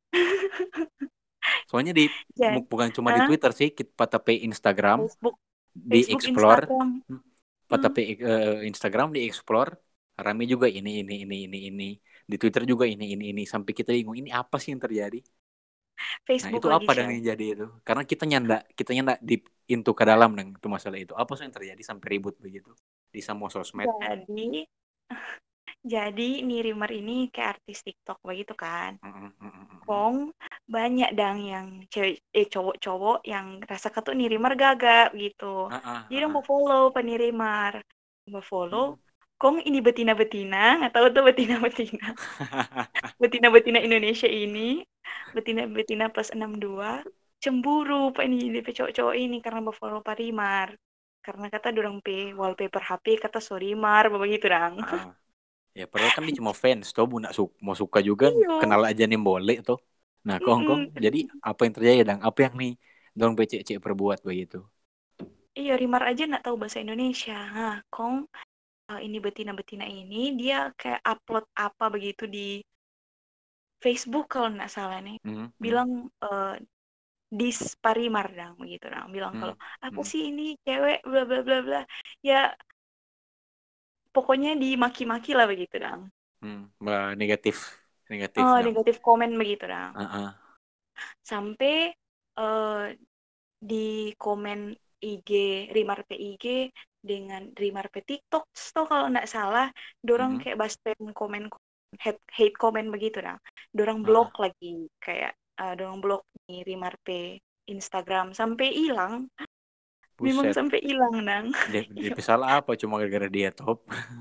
[SPEAKER 1] Soalnya di
[SPEAKER 2] Ya,
[SPEAKER 1] bukan cuma di
[SPEAKER 2] ah,
[SPEAKER 1] Twitter sih, kita patah Instagram,
[SPEAKER 2] Facebook,
[SPEAKER 1] di
[SPEAKER 2] Facebook,
[SPEAKER 1] explore,
[SPEAKER 2] Instagram.
[SPEAKER 1] patah
[SPEAKER 2] Hmm,
[SPEAKER 1] Instagram di explore, rame juga ini. Di Twitter juga ini sampai kita bingung ini apa sih yang terjadi? Nah,
[SPEAKER 2] Facebook
[SPEAKER 1] itu
[SPEAKER 2] lagi
[SPEAKER 1] apa dan
[SPEAKER 2] share.
[SPEAKER 1] yang jadi itu? Karena kita nyanda di into ke dalam dan itu masalah itu. Apa sih yang terjadi sampai ribut begitu di semua sosmed?
[SPEAKER 2] Jadi, jadi nih Rimar ini kayak artis TikTok begitu kan. Kong banyak dang yang cewek, cowok-cowok yang rasa tuh nih Rimar gagak gitu. Jadi dong mau follow Rimar, mau follow. Kong ini betina-betina, nggak tahu tuh betina-betina. Betina-betina Indonesia ini, betina-betina plus 62, cemburu Pak ini DP cowok-cowok ini karena follow Pak Rimar. Karena kata dorang pe wallpaper HP kata sorry Mar, begitu dong.
[SPEAKER 1] Ya padahal kan dia cuma fans toh, mau suka juga
[SPEAKER 2] Iya.
[SPEAKER 1] kenal aja nih boleh toh. Nah, kong
[SPEAKER 2] Mm-mm.
[SPEAKER 1] jadi apa yang terjadi dan apa yang nih dong PCC perbuat begitu.
[SPEAKER 2] Iya, Rimar aja nggak tahu bahasa Indonesia. Nah, Kong ini betina-betina ini dia kayak upload apa begitu di Facebook kalau nggak salah nih.
[SPEAKER 1] Hmm, hmm,
[SPEAKER 2] Bilang dis Parimar dong begitu dong. Bilang
[SPEAKER 1] hmm,
[SPEAKER 2] kalau apa
[SPEAKER 1] hmm,
[SPEAKER 2] sih ini cewek bla bla bla bla. Ya pokoknya dimaki-maki lah begitu dong.
[SPEAKER 1] negatif negatif
[SPEAKER 2] Oh,
[SPEAKER 1] dong.
[SPEAKER 2] negatif komen begitu dong.
[SPEAKER 1] Uh-uh.
[SPEAKER 2] Sampai eh, di komen IG Rimar PIG dengan Rimar P TikTok tuh kalau nggak salah dorang
[SPEAKER 1] Hmm,
[SPEAKER 2] kayak balas komen hate comment begitu nah dorang blok
[SPEAKER 1] uh-uh.
[SPEAKER 2] lagi kayak dorang blok di Rimar P Instagram sampai hilang, memang
[SPEAKER 1] Buset.
[SPEAKER 2] sampai hilang nang.
[SPEAKER 1] Dia
[SPEAKER 2] Iya,
[SPEAKER 1] salah apa cuma gara-gara dia top.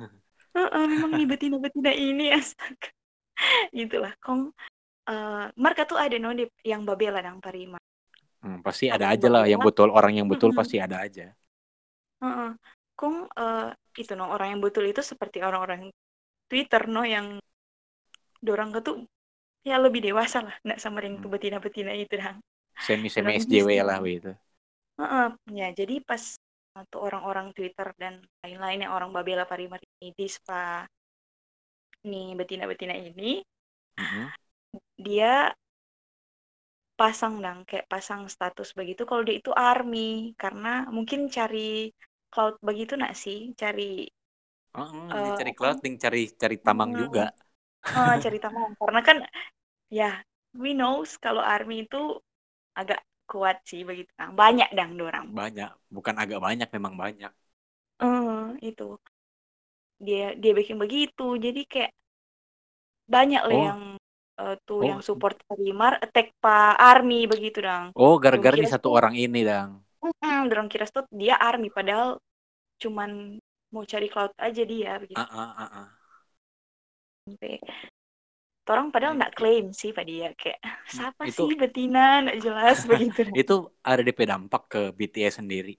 [SPEAKER 2] Memang nih betina-betina ini astaga. Gitulah. Kong marka tuh ada no yang babela dang parima.
[SPEAKER 1] Pasti
[SPEAKER 2] Ada
[SPEAKER 1] ada
[SPEAKER 2] yang
[SPEAKER 1] aja lah yang
[SPEAKER 2] babela.
[SPEAKER 1] betul, orang yang betul
[SPEAKER 2] Mm-mm.
[SPEAKER 1] pasti ada aja.
[SPEAKER 2] Heeh. Kong itu no orang yang betul itu seperti orang-orang Twitter no yang dorang tuh ya lebih dewasa lah, nggak sama yang
[SPEAKER 1] Hmm.
[SPEAKER 2] tuh betina-betina itu dah.
[SPEAKER 1] Semi-semi
[SPEAKER 2] Dorang
[SPEAKER 1] SJW
[SPEAKER 2] bisa.
[SPEAKER 1] lah begitu.
[SPEAKER 2] Heeh. Ya, jadi pas tuh orang-orang Twitter dan lain-lain yang orang babela parima ini di spa nih betina-betina ini,
[SPEAKER 1] Mm-mm.
[SPEAKER 2] dia pasang dong kayak pasang status begitu kalau dia itu army karena mungkin cari cloud begitu nak sih cari
[SPEAKER 1] Dia cari
[SPEAKER 2] apa
[SPEAKER 1] clothing, cari tamang juga.
[SPEAKER 2] cari tambahan karena kan ya we knows kalau army itu agak kuat sih begitu kan banyak dang dorang
[SPEAKER 1] Banyak, bukan agak banyak, memang banyak.
[SPEAKER 2] itu dia dia bikin begitu jadi kayak banyak lah
[SPEAKER 1] Oh,
[SPEAKER 2] yang tuh yang
[SPEAKER 1] oh,
[SPEAKER 2] support Primar attack Pak Army begitu dong.
[SPEAKER 1] oh,
[SPEAKER 2] Dong
[SPEAKER 1] gara-gara di
[SPEAKER 2] kira
[SPEAKER 1] satu
[SPEAKER 2] tuh,
[SPEAKER 1] orang ini, Dang.
[SPEAKER 2] dorong kira tuh dia Army padahal cuman mau cari cloud aja dia begitu.
[SPEAKER 1] Ah, ah, ah, ah.
[SPEAKER 2] Sampai orang padahal nggak
[SPEAKER 1] I-
[SPEAKER 2] klaim sih pada dia kayak siapa
[SPEAKER 1] itu
[SPEAKER 2] sih betina nggak jelas begitu.
[SPEAKER 1] itu ada DP dampak ke BTS sendiri.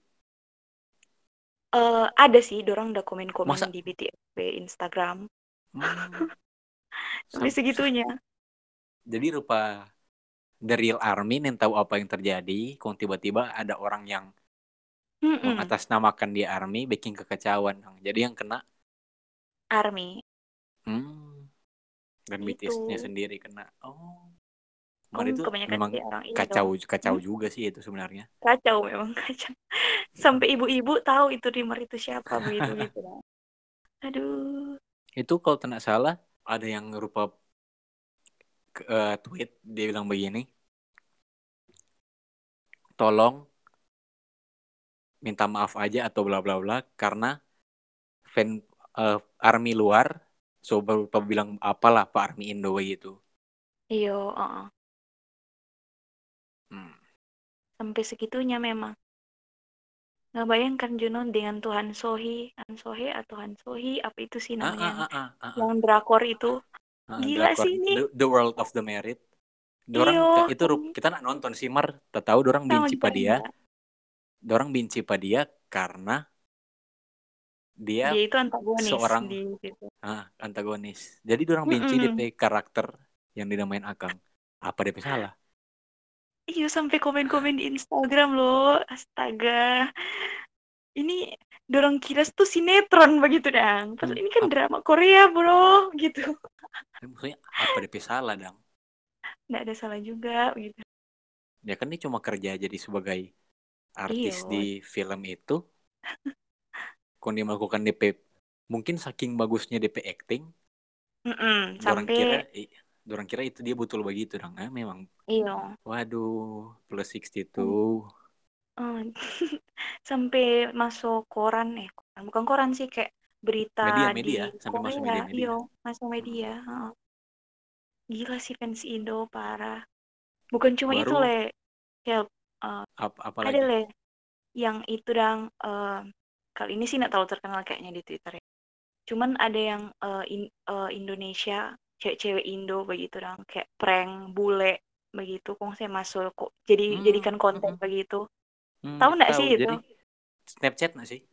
[SPEAKER 2] Ada sih, dorong udah komen-komen
[SPEAKER 1] Masa
[SPEAKER 2] di BTS Instagram
[SPEAKER 1] hmm,
[SPEAKER 2] sampai
[SPEAKER 1] sam-
[SPEAKER 2] segitunya.
[SPEAKER 1] jadi rupa the real army yang tahu apa yang terjadi, kok tiba-tiba ada orang yang
[SPEAKER 2] Mm-mm,
[SPEAKER 1] mengatasnamakan dia army, bikin kekacauan. Jadi yang kena
[SPEAKER 2] Army
[SPEAKER 1] hmm, dan BTS-nya
[SPEAKER 2] itu,
[SPEAKER 1] sendiri kena. Oh,
[SPEAKER 2] kok
[SPEAKER 1] kemarin itu
[SPEAKER 2] kebanyakan
[SPEAKER 1] memang
[SPEAKER 2] sih orang Indo.
[SPEAKER 1] kacau kacau
[SPEAKER 2] Hmm?
[SPEAKER 1] juga sih itu sebenarnya.
[SPEAKER 2] Kacau memang kacau. Sampai ibu-ibu tahu itu Rimar itu siapa begitu gitu lah. Aduh.
[SPEAKER 1] Itu kalau tidak salah ada yang rupa tweet dia bilang begini, tolong minta maaf aja atau bla bla bla karena fan army luar so baru bilang apalah Pak Army Indo gitu.
[SPEAKER 2] Iyo,
[SPEAKER 1] Hmm.
[SPEAKER 2] sampai segitunya memang. Nggak bayangkan Juno dengan Tuhan Sohi, atau Han Sohi, apa itu sih
[SPEAKER 1] Ah,
[SPEAKER 2] namanya
[SPEAKER 1] ah, ah, ah, ah,
[SPEAKER 2] yang
[SPEAKER 1] ah.
[SPEAKER 2] drakor itu. Gila
[SPEAKER 1] Drakor
[SPEAKER 2] sih ini.
[SPEAKER 1] The World of the Merit. Dorang
[SPEAKER 2] Iyo,
[SPEAKER 1] itu kita nak nonton sih Mar, tahu dorang
[SPEAKER 2] sama
[SPEAKER 1] benci
[SPEAKER 2] juga
[SPEAKER 1] pada dia,
[SPEAKER 2] enggak.
[SPEAKER 1] dorang benci pada dia karena dia
[SPEAKER 2] Dia itu antagonis
[SPEAKER 1] seorang
[SPEAKER 2] di situ.
[SPEAKER 1] antagonis. Jadi dorang benci DP
[SPEAKER 2] Mm-mm.
[SPEAKER 1] karakter yang dinamain Akang. Apa DP salah?
[SPEAKER 2] Iya sampai komen-komen di Instagram loh. Astaga. Ini dorong kiras tuh sinetron begitu dong. Pas ini kan
[SPEAKER 1] Apa,
[SPEAKER 2] drama Korea bro gitu.
[SPEAKER 1] maksudnya apa DP salah dong?
[SPEAKER 2] Nggak ada salah juga gitu.
[SPEAKER 1] Ya kan dia cuma kerja jadi sebagai artis
[SPEAKER 2] Iyo.
[SPEAKER 1] di film itu. Kalau dia melakukan DP, mungkin saking bagusnya DP acting, dorang kira,
[SPEAKER 2] Sampai
[SPEAKER 1] dorang kira itu dia betul begitu dong. Memang,
[SPEAKER 2] iyo.
[SPEAKER 1] waduh, plus 62.
[SPEAKER 2] Hmm. Sampai masuk koran koran. Bukan koran sih kayak berita di
[SPEAKER 1] Media-media, sampai masuk
[SPEAKER 2] Korea. Iyo,
[SPEAKER 1] media-media.
[SPEAKER 2] masuk
[SPEAKER 1] Hmm.
[SPEAKER 2] media. Heeh. Gila sih fans Indo parah. Bukan cuma itu
[SPEAKER 1] Baru
[SPEAKER 2] le. Help. Eh,
[SPEAKER 1] apa
[SPEAKER 2] ada
[SPEAKER 1] lagi?
[SPEAKER 2] le yang itu dang kali ini sih nggak terlalu terkenal kayaknya di Twitter ya. Cuman ada yang Indonesia cewek-cewek Indo begitu dong kayak prank bule begitu kok saya masuk kok
[SPEAKER 1] Hmm,
[SPEAKER 2] jadikan konten begitu. Tahu
[SPEAKER 1] itu
[SPEAKER 2] nggak
[SPEAKER 1] tahu.
[SPEAKER 2] sih itu?
[SPEAKER 1] Jadi Snapchat nggak sih?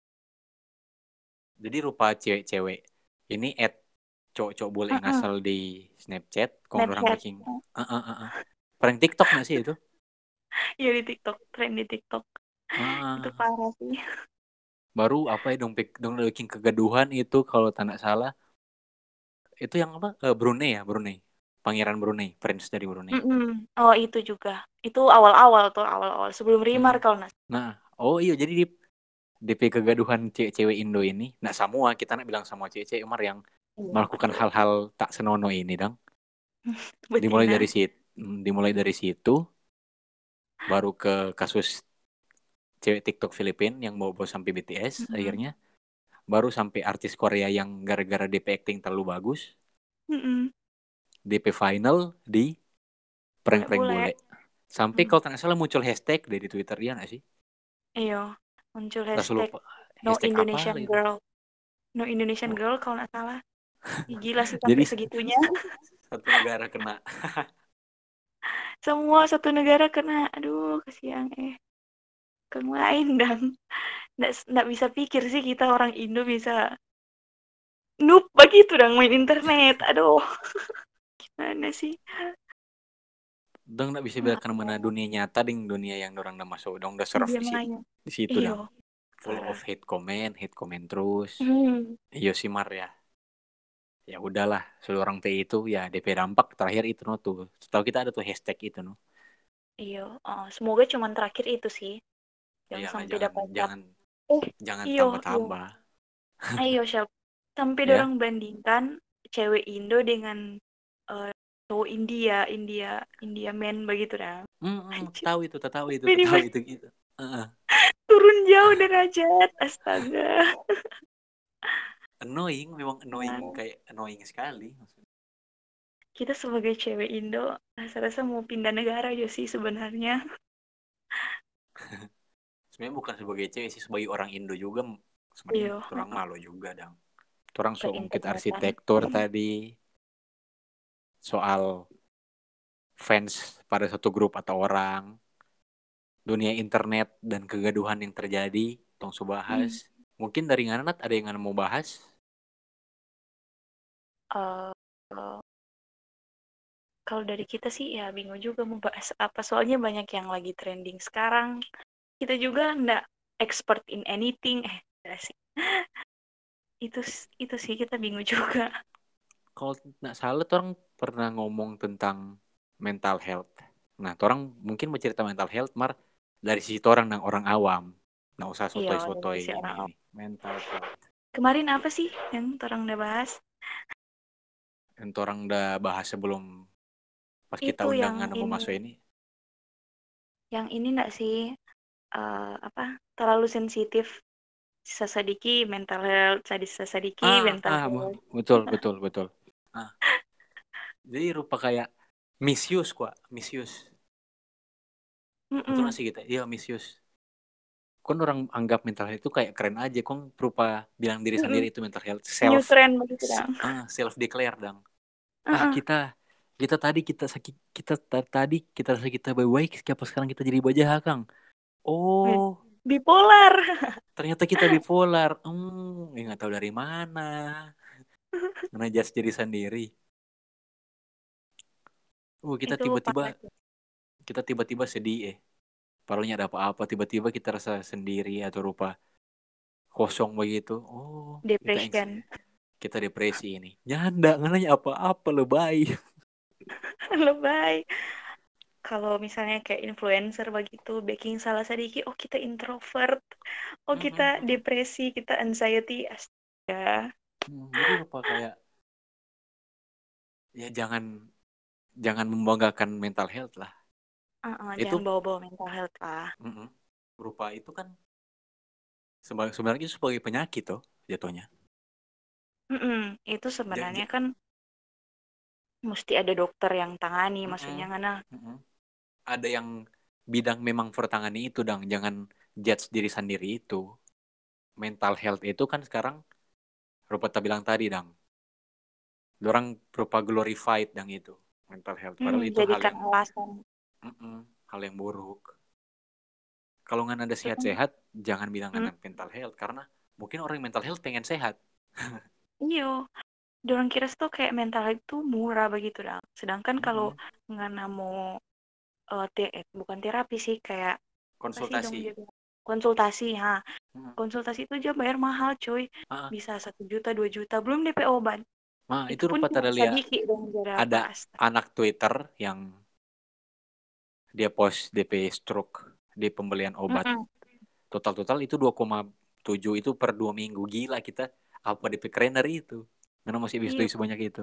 [SPEAKER 1] Jadi rupa cewek-cewek ini cowok-cowok boleh
[SPEAKER 2] Mm-mm.
[SPEAKER 1] ngasal di Snapchat, kalau orang
[SPEAKER 2] Snapchat.
[SPEAKER 1] bikin prank TikTok nggak sih itu?
[SPEAKER 2] Iya di TikTok, tren di TikTok. Itu
[SPEAKER 1] Ah,
[SPEAKER 2] parah sih.
[SPEAKER 1] baru apa ya dong bikin kegaduhan itu kalau tak salah itu yang apa Brunei ya Brunei Pangeran Brunei Prince dari Brunei.
[SPEAKER 2] Mm-mm. Oh itu juga. Itu awal-awal tuh awal-awal sebelum Rimar
[SPEAKER 1] Mm.
[SPEAKER 2] kalau nggak.
[SPEAKER 1] Nah, oh iya jadi di DP kegaduhan cewek-cewek Indo ini, nah semua kita nak bilang sama cewek-cewek Umar yang
[SPEAKER 2] Iya,
[SPEAKER 1] melakukan
[SPEAKER 2] iya.
[SPEAKER 1] hal-hal tak senonoh ini, dong. Dimulai dari
[SPEAKER 2] Betina.
[SPEAKER 1] situ, dimulai dari situ, baru ke kasus cewek TikTok Filipin yang bawa-bawa sampai BTS,
[SPEAKER 2] Mm-mm.
[SPEAKER 1] akhirnya baru sampai artis Korea yang gara-gara DP acting terlalu bagus,
[SPEAKER 2] Mm-mm.
[SPEAKER 1] DP final di prank-prank
[SPEAKER 2] Bule-bule.
[SPEAKER 1] bule. Sampai
[SPEAKER 2] Mm.
[SPEAKER 1] kalau tak salah muncul hashtag dari Twitter dia nggak sih?
[SPEAKER 2] Iya, muncul
[SPEAKER 1] Langsung
[SPEAKER 2] hashtag
[SPEAKER 1] lupa
[SPEAKER 2] No
[SPEAKER 1] hashtag apa
[SPEAKER 2] Indonesian
[SPEAKER 1] gitu.
[SPEAKER 2] Girl. No Indonesian
[SPEAKER 1] Oh,
[SPEAKER 2] Girl kalau nggak salah. Ih, gila sih
[SPEAKER 1] jadi
[SPEAKER 2] sampai segitunya.
[SPEAKER 1] satu negara kena.
[SPEAKER 2] Semua satu negara kena. Aduh, kasihan Kang lain dong. Nggak bisa pikir sih kita orang Indo bisa noob begitu dong main internet. Aduh, gimana sih?
[SPEAKER 1] Dong nggak bisa bedakan mana
[SPEAKER 2] Makanya
[SPEAKER 1] dunia nyata ding dunia yang orang udah masuk, dong udah surf
[SPEAKER 2] dia
[SPEAKER 1] di situ,
[SPEAKER 2] makanya.
[SPEAKER 1] di situ
[SPEAKER 2] Iyo,
[SPEAKER 1] dong. Full of
[SPEAKER 2] parah.
[SPEAKER 1] hate comment terus.
[SPEAKER 2] Hmm,
[SPEAKER 1] Iyo sih Mar ya. Ya udahlah, seorang T itu ya DP dampak terakhir itu no tuh. Setahu kita ada tuh hashtag itu no.
[SPEAKER 2] iyo. Semoga cuman terakhir itu sih. Jangan
[SPEAKER 1] Iyalah,
[SPEAKER 2] sampai
[SPEAKER 1] jangan
[SPEAKER 2] dapat
[SPEAKER 1] jangan
[SPEAKER 2] eh
[SPEAKER 1] jangan
[SPEAKER 2] iyo iyo.
[SPEAKER 1] tambah-tambah
[SPEAKER 2] Ayo siap. Sampai
[SPEAKER 1] ya.
[SPEAKER 2] dorong bandingkan cewek Indo dengan eh, cowok India men begitu dah. Anjir,
[SPEAKER 1] Tahu itu,
[SPEAKER 2] ini
[SPEAKER 1] tahu
[SPEAKER 2] mah
[SPEAKER 1] itu gitu. Heeh.
[SPEAKER 2] turun jauh derajat. Astaga.
[SPEAKER 1] Annoying, memang annoying,
[SPEAKER 2] Nah,
[SPEAKER 1] kayak annoying sekali maksudnya.
[SPEAKER 2] kita sebagai cewek Indo rasa-rasa mau pindah negara aja sih sebenarnya.
[SPEAKER 1] Sebenarnya bukan sebagai cewek sih, sebagai orang Indo juga sebenarnya
[SPEAKER 2] Iya,
[SPEAKER 1] orang malu juga dong. Orang seungkit
[SPEAKER 2] keinternetan.
[SPEAKER 1] arsitektur tadi, soal fans pada satu grup atau orang, dunia internet dan kegaduhan yang terjadi, tong bahas.
[SPEAKER 2] Hmm.
[SPEAKER 1] Mungkin dari Nganat ada yang mau bahas?
[SPEAKER 2] Eh, eh, kalau dari kita sih ya bingung juga mau bahas apa. Soalnya banyak yang lagi trending sekarang. Kita juga nggak expert in anything. Enggak sih. Itu itu sih kita bingung juga.
[SPEAKER 1] Kalau nggak salah, orang pernah ngomong tentang mental health. Nah, orang mungkin mau cerita mental health, Mar, dari sisi orang yang orang awam. Nggak usah
[SPEAKER 2] Iya, dari
[SPEAKER 1] sotoy-sotoy
[SPEAKER 2] sisi orang
[SPEAKER 1] ini. Mental health.
[SPEAKER 2] kemarin apa sih yang orang udah bahas?
[SPEAKER 1] Dan orang udah bahas sebelum pas kita
[SPEAKER 2] Itu
[SPEAKER 1] undangan mau masuk ini.
[SPEAKER 2] yang ini enggak sih apa terlalu sensitif sisa sedikit mental health, tadi sisa sedikit mental health.
[SPEAKER 1] Betul, betul, betul. Ah, jadi rupa kayak misuse, kok. Misuse. Betul nggak
[SPEAKER 2] Mm-mm.
[SPEAKER 1] sih kita? Iya, misuse. Kon orang anggap mental health itu kayak keren aja. Kon berupa bilang diri
[SPEAKER 2] Mm-mm.
[SPEAKER 1] sendiri itu mental health.
[SPEAKER 2] New trend begitu dong.
[SPEAKER 1] Self declare, dong.
[SPEAKER 2] Uh-uh.
[SPEAKER 1] Kita kita tadi kita sakit, tadi kita rasa kita baik-baik, siapa sekarang kita jadi bajaha, Kang. Oh,
[SPEAKER 2] Bipolar.
[SPEAKER 1] ternyata kita bipolar. Nggak tahu dari mana. Ngejudge diri sendiri. Kita
[SPEAKER 2] Itu
[SPEAKER 1] tiba-tiba
[SPEAKER 2] parah sih.
[SPEAKER 1] sedih, paruhnya ada apa-apa, tiba-tiba kita rasa sendiri atau rupa kosong begitu. Oh,
[SPEAKER 2] Depression.
[SPEAKER 1] kita depresi ini. Nyanda, nanya apa-apa lebay.
[SPEAKER 2] Lebay. Kalau misalnya kayak influencer begitu, baking salah sedikit, oh kita introvert, oh kita depresi, kita anxiety, astaga.
[SPEAKER 1] Jadi rupa kayak ya jangan jangan membanggakan mental health lah.
[SPEAKER 2] Jangan
[SPEAKER 1] Itu
[SPEAKER 2] bawa-bawa mental health lah.
[SPEAKER 1] mm-mm, berupa itu kan sebenarnya itu sebagai penyakit toh jatuhnya.
[SPEAKER 2] Itu
[SPEAKER 1] Ja-
[SPEAKER 2] sebenarnya
[SPEAKER 1] ja-
[SPEAKER 2] kan mesti ada dokter yang tangani,
[SPEAKER 1] mm-mm,
[SPEAKER 2] maksudnya ngana.
[SPEAKER 1] mm-mm. Ada yang bidang memang bertangani itu, dong. Jangan judge diri sendiri itu. Mental health itu kan sekarang rupa tak bilang tadi, dong. Orang berupa glorified yang itu mental health. Padahal itu hal
[SPEAKER 2] Jadikan
[SPEAKER 1] yang
[SPEAKER 2] alasan.
[SPEAKER 1] hal yang buruk. Kalau nggak ada
[SPEAKER 2] Itu kan,
[SPEAKER 1] sehat-sehat, jangan bilang
[SPEAKER 2] hmm,
[SPEAKER 1] nggak mental health, karena mungkin orang yang mental health pengen sehat.
[SPEAKER 2] iyo, dorong kira tuh kayak mental health itu murah begitu dah. Sedangkan kalau
[SPEAKER 1] Mm-mm.
[SPEAKER 2] ngana mau bukan terapi sih, kayak apa sih dong
[SPEAKER 1] Konsultasi.
[SPEAKER 2] dia bilang? Konsultasi, ha.
[SPEAKER 1] Mm.
[SPEAKER 2] Konsultasi itu aja bayar mahal, coy.
[SPEAKER 1] Ah,
[SPEAKER 2] Bisa 1 juta, 2 juta, belum DP obat.
[SPEAKER 1] itu
[SPEAKER 2] Itu pun
[SPEAKER 1] rupa
[SPEAKER 2] cuma
[SPEAKER 1] tadi lihat
[SPEAKER 2] sedikit dong berapa
[SPEAKER 1] ada
[SPEAKER 2] asta.
[SPEAKER 1] anak Twitter yang dia post DP stroke di pembelian obat.
[SPEAKER 2] Mm-mm.
[SPEAKER 1] Total itu 2,7 itu per 2 minggu. Gila kita, apa DP keren dari itu. Karena masih bisa
[SPEAKER 2] Iya,
[SPEAKER 1] beli sebanyak itu.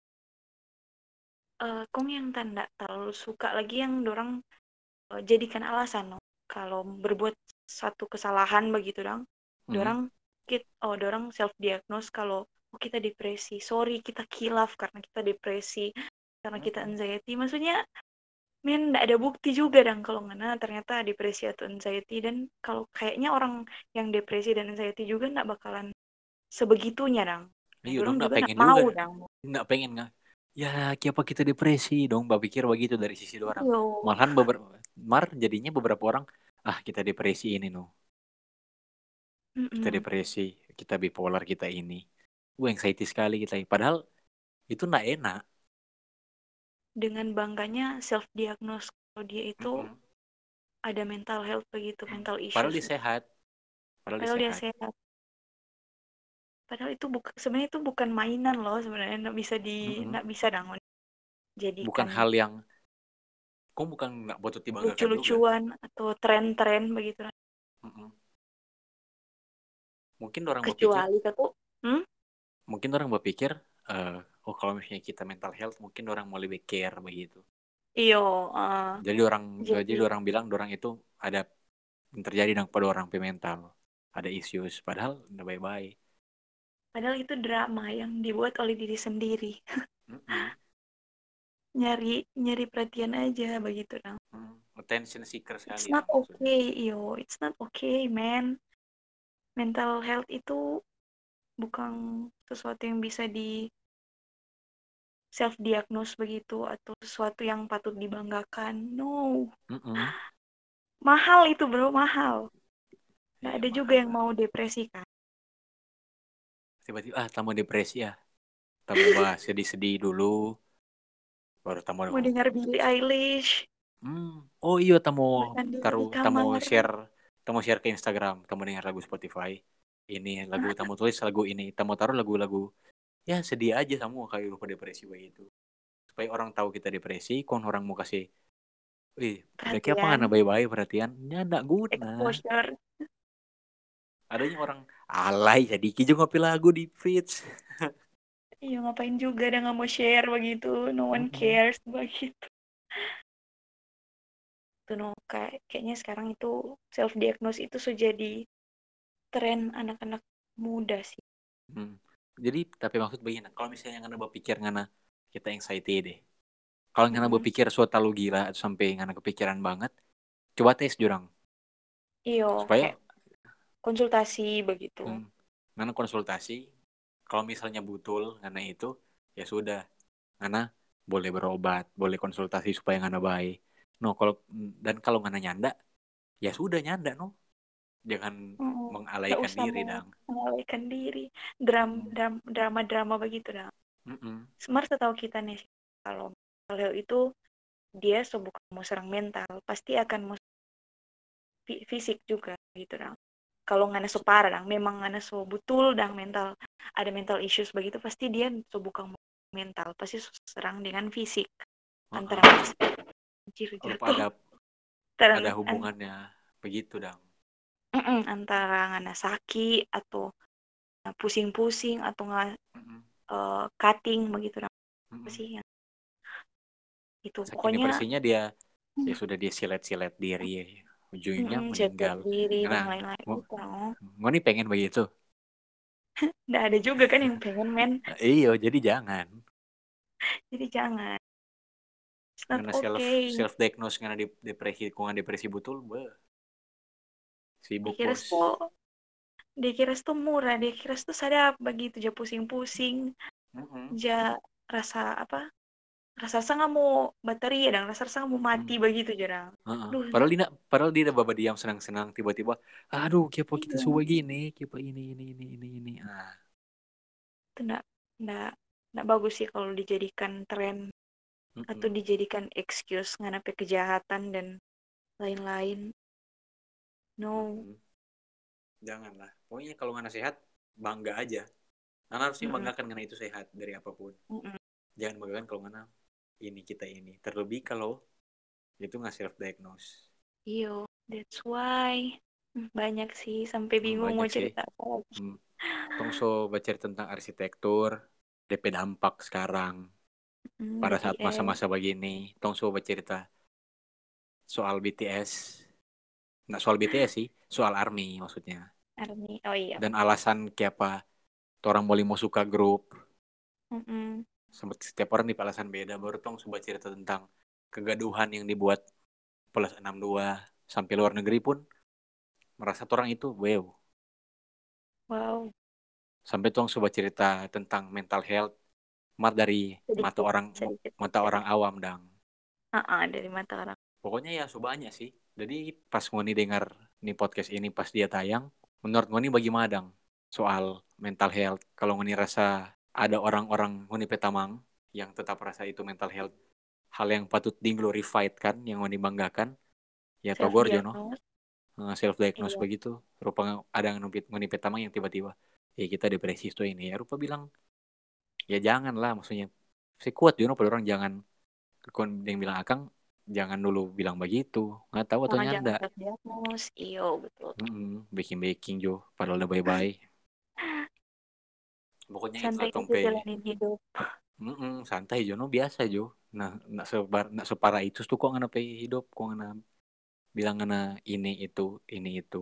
[SPEAKER 2] kong yang tanda terlalu suka lagi yang dorang jadikan alasan no. Kalau berbuat satu kesalahan begitu dong,
[SPEAKER 1] Mm.
[SPEAKER 2] dorang dorang self diagnose kalau oh, kita depresi, sorry kita kilaf karena kita depresi, karena kita
[SPEAKER 1] Mm-mm.
[SPEAKER 2] anxiety, maksudnya men nggak ada bukti juga dong kalau ngana ternyata depresi atau anxiety. Dan kalau kayaknya orang yang depresi dan anxiety juga nggak bakalan sebegitunya dong. Nah,
[SPEAKER 1] Iya dong,
[SPEAKER 2] orang
[SPEAKER 1] nggak
[SPEAKER 2] juga nak
[SPEAKER 1] pengen juga,
[SPEAKER 2] mau dong.
[SPEAKER 1] nggak pengen nggak. Ya, kenapa kita depresi dong? Pikir begitu dari sisi orang.
[SPEAKER 2] Yo,
[SPEAKER 1] Malahan jadinya beberapa orang, kita depresi ini no, kita
[SPEAKER 2] mm-mm.
[SPEAKER 1] depresi, kita bipolar, kita ini, anxiety sekali kita. Padahal itu nggak enak.
[SPEAKER 2] Dengan bangganya self diagnose kalau dia itu
[SPEAKER 1] Mm-mm.
[SPEAKER 2] ada mental health begitu, mental
[SPEAKER 1] Padahal
[SPEAKER 2] issues.
[SPEAKER 1] dia sehat, padahal dia
[SPEAKER 2] Padahal dia
[SPEAKER 1] sehat.
[SPEAKER 2] sehat. Padahal itu sebenarnya itu bukan mainan loh sebenarnya,
[SPEAKER 1] Mm-mm.
[SPEAKER 2] nggak bisa dong
[SPEAKER 1] Bukan
[SPEAKER 2] jadikan
[SPEAKER 1] hal yang, kok bukan nggak patut dibanggakan juga.
[SPEAKER 2] lucu-lucuan atau tren-tren begitu.
[SPEAKER 1] Mm-mm. Mungkin orang berpikir,
[SPEAKER 2] Kecuali aku, hmm?
[SPEAKER 1] mungkin orang berpikir, oh kalau misalnya kita mental health, mungkin orang mau lebih care begitu.
[SPEAKER 2] Iyo,
[SPEAKER 1] Jadi
[SPEAKER 2] jadi
[SPEAKER 1] orang bilang orang itu ada yang terjadi dong pada orang mental, ada issues, padahal udah baik-baik.
[SPEAKER 2] padahal itu drama yang dibuat oleh diri sendiri.
[SPEAKER 1] Mm-mm.
[SPEAKER 2] Nyari nyari perhatian aja begitu dong.
[SPEAKER 1] Attention seeker
[SPEAKER 2] It's
[SPEAKER 1] sekali
[SPEAKER 2] not
[SPEAKER 1] dong maksudnya.
[SPEAKER 2] okay, it's not okay, man. Mental health itu bukan sesuatu yang bisa di self diagnose begitu atau sesuatu yang patut dibanggakan. No,
[SPEAKER 1] Mm-mm.
[SPEAKER 2] mahal itu bro, mahal. Nggak
[SPEAKER 1] Iya
[SPEAKER 2] ada juga
[SPEAKER 1] mahal
[SPEAKER 2] yang
[SPEAKER 1] lah.
[SPEAKER 2] mau depresi kan.
[SPEAKER 1] Tiba-tiba tamu depresi ya, tamu bahas sedih-sedih dulu, baru tamu.
[SPEAKER 2] Mau dengar Billie Eilish
[SPEAKER 1] Hmm. Oh iya, tamu
[SPEAKER 2] bersanding di
[SPEAKER 1] tamu
[SPEAKER 2] kamar.
[SPEAKER 1] share ke Instagram, tamu dengar lagu Spotify. Ini lagu, tamu tulis lagu ini, tamu taruh lagu-lagu ya sedih aja, kamu kayak lupa depresi begitu. Supaya orang tahu kita depresi, kon orang mau kasih, udah kayak apa ngana
[SPEAKER 2] Perhatian,
[SPEAKER 1] baik-baik perhatian, ya nggak guna.
[SPEAKER 2] exposure.
[SPEAKER 1] Adanya orang alay jadi kijung ngopi lagu di feeds.
[SPEAKER 2] Iya ngapain juga ada nggak mau share begitu. No one
[SPEAKER 1] Mm-mm.
[SPEAKER 2] cares begitu. Tuh no, kayaknya sekarang itu self diagnose itu sudah jadi tren anak-anak muda sih.
[SPEAKER 1] Hmm. Jadi tapi maksud begini, kalau misalnya ngana berpikir ngana kita anxiety deh. Kalau ngana
[SPEAKER 2] Mm-mm.
[SPEAKER 1] berpikir suatu lu gila sampai ngana kepikiran banget, coba tes jurang
[SPEAKER 2] Iyo,
[SPEAKER 1] supaya
[SPEAKER 2] kayak konsultasi begitu.
[SPEAKER 1] ngana konsultasi. Kalau misalnya betul ngana itu, ya sudah, ngana boleh berobat, boleh konsultasi supaya ngana baik. No, kalau ngana nyanda, ya sudah nyanda no. Jangan
[SPEAKER 2] Nggak
[SPEAKER 1] mengalaikan
[SPEAKER 2] usah
[SPEAKER 1] diri dong.
[SPEAKER 2] mengalihkan diri.
[SPEAKER 1] Mm-mm.
[SPEAKER 2] Drama-drama begitu dah.
[SPEAKER 1] Mm-mm.
[SPEAKER 2] Smart tahu kita nih, kalau hal itu dia bukan mau serang mental, pasti akan mau fisik juga gitu dah. Kalau ngana so parah dang, memang ngana so betul dang mental, ada mental issues begitu, pasti dia so bukan mental, pasti so serang dengan fisik. Antara
[SPEAKER 1] Uh-uh.
[SPEAKER 2] anjir
[SPEAKER 1] Lupa
[SPEAKER 2] jatuh.
[SPEAKER 1] ada
[SPEAKER 2] Antara,
[SPEAKER 1] hubungannya begitu dong.
[SPEAKER 2] antara ngana sakit atau pusing-pusing atau nggak
[SPEAKER 1] Mm-mm.
[SPEAKER 2] cutting begitu dong. Apa
[SPEAKER 1] Mm-mm.
[SPEAKER 2] sih yang itu
[SPEAKER 1] Saking
[SPEAKER 2] pokoknya
[SPEAKER 1] depresinya dia, ya sudah dia silet-silet diri ya. Ujungnya
[SPEAKER 2] jatuh
[SPEAKER 1] meninggal.
[SPEAKER 2] diri dan
[SPEAKER 1] Nah,
[SPEAKER 2] lain-lain
[SPEAKER 1] mau,
[SPEAKER 2] itu no.
[SPEAKER 1] mau nih pengen begitu.
[SPEAKER 2] Nggak ada juga kan yang pengen men,
[SPEAKER 1] Iya, jadi jangan.
[SPEAKER 2] jadi jangan, it's not
[SPEAKER 1] Karena
[SPEAKER 2] okay.
[SPEAKER 1] self diagnose karena depresi, kurang depresi betul, sibuk
[SPEAKER 2] Dikira
[SPEAKER 1] bos.
[SPEAKER 2] tuh dikira tuh murah, dikira tuh sadap begitu aja pusing-pusing,
[SPEAKER 1] Mm-mm.
[SPEAKER 2] ja rasa apa, rasa nggak mau baterai ya dan rasa nggak mau mati
[SPEAKER 1] Mm.
[SPEAKER 2] begitu jarang.
[SPEAKER 1] Heeh.
[SPEAKER 2] Duh,
[SPEAKER 1] Padahal dia udah baba diam senang-senang, tiba-tiba, aduh, kepo kita
[SPEAKER 2] iya,
[SPEAKER 1] semua gini, kepo ini. Ah,
[SPEAKER 2] itu nggak bagus sih kalau dijadikan tren atau
[SPEAKER 1] mm-mm.
[SPEAKER 2] dijadikan excuse nganape kejahatan dan lain-lain. No.
[SPEAKER 1] Mm-mm. Janganlah. Pokoknya kalau ngana sehat, bangga aja. Ngana harusnya
[SPEAKER 2] Mm-mm.
[SPEAKER 1] banggakan ngana itu sehat dari apapun.
[SPEAKER 2] Mm-mm.
[SPEAKER 1] Jangan banggakan kalau ngana ini kita ini. Terlebih kalau itu nggak self diagnose.
[SPEAKER 2] Iyo, that's why. Banyak sih, sampai bingung mau
[SPEAKER 1] Banyak sih.
[SPEAKER 2] cerita apa lagi.
[SPEAKER 1] Hmm. Tong so baca tentang arsitektur, DP dampak sekarang pada saat
[SPEAKER 2] BTS,
[SPEAKER 1] masa-masa begini. Tong so baca cerita soal BTS. Nggak soal BTS sih, soal ARMY maksudnya.
[SPEAKER 2] ARMY. Oh iya.
[SPEAKER 1] Dan alasan kenapa orang boleh mau suka grup.
[SPEAKER 2] Mm-mm.
[SPEAKER 1] Setiap orang di alasan beda. Baru tong coba cerita tentang kegaduhan yang dibuat plus 62 sampai luar negeri pun merasa orang itu wow.
[SPEAKER 2] Wow.
[SPEAKER 1] Sampai tuang coba cerita tentang mental health mar dari mata
[SPEAKER 2] sedikit.
[SPEAKER 1] orang awam dang.
[SPEAKER 2] Dari mata orang.
[SPEAKER 1] Pokoknya ya banyak sih. Jadi pas ngoni dengar nih podcast ini pas dia tayang, menurut ngoni bagaimana dang soal mental health? Kalau ngoni rasa ada orang-orang ngoni petamang yang tetap rasa itu mental health hal yang patut di-glorified kan, yang ngoni banggakan, ya
[SPEAKER 2] Self
[SPEAKER 1] togor jono.
[SPEAKER 2] diagnose.
[SPEAKER 1] Self diagnose
[SPEAKER 2] Iya.
[SPEAKER 1] begitu. Rupa ada yang ngoni petamang yang tiba-tiba ya kita depresi tuh ini ya rupa bilang ya jangan lah maksudnya. Saya kuat jono pada orang jangan kon yang bilang akang jangan dulu bilang begitu nggak tahu atau
[SPEAKER 2] Jangan
[SPEAKER 1] nyanda.
[SPEAKER 2] self diagnose. Iyo betul.
[SPEAKER 1] Baking jo padahal udah bye-bye pokoknya itulah
[SPEAKER 2] Santai aja
[SPEAKER 1] tongpe.
[SPEAKER 2] jalanin hidup.
[SPEAKER 1] Santai jo no biasa jo nah nak separah itu tuh kok ngana pe hidup kok ngana bilang ngana ini itu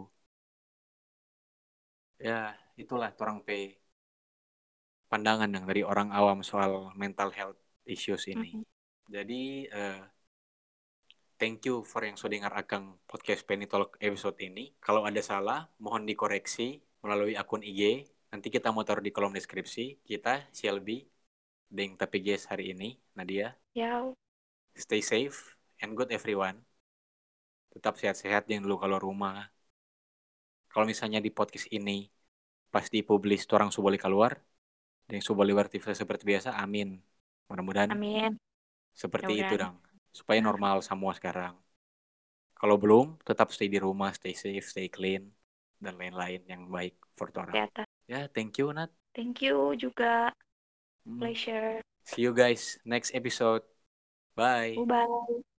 [SPEAKER 1] ya itulah orang pe pandangan yang dari orang awam soal mental health issues ini.
[SPEAKER 2] Mm-mm.
[SPEAKER 1] Jadi thank you for yang sudah dengar akang podcast Penny Talk episode ini. Kalau ada salah, mohon dikoreksi melalui akun IG. Nanti kita mau taruh di kolom deskripsi. Kita, Shelby, Deng Tapi Guys hari ini, Nadia.
[SPEAKER 2] Ya,
[SPEAKER 1] Stay safe and good everyone. Tetap sehat-sehat, jangan dulu kalau rumah. Kalau misalnya di podcast ini, pas dipublish, orang sudah boleh keluar. Dan yang sudah boleh beraktivitas seperti biasa, amin. Mudah-mudahan
[SPEAKER 2] amin.
[SPEAKER 1] seperti itu,
[SPEAKER 2] Mudah-mudahan.
[SPEAKER 1] dong. Supaya normal semua sekarang. Kalau belum, tetap stay di rumah, stay safe, stay clean, dan lain-lain yang baik for orang.
[SPEAKER 2] Kesehatan.
[SPEAKER 1] Ya, thank you, Nat.
[SPEAKER 2] Thank you juga. Pleasure.
[SPEAKER 1] See you guys next episode. Bye.
[SPEAKER 2] Bye.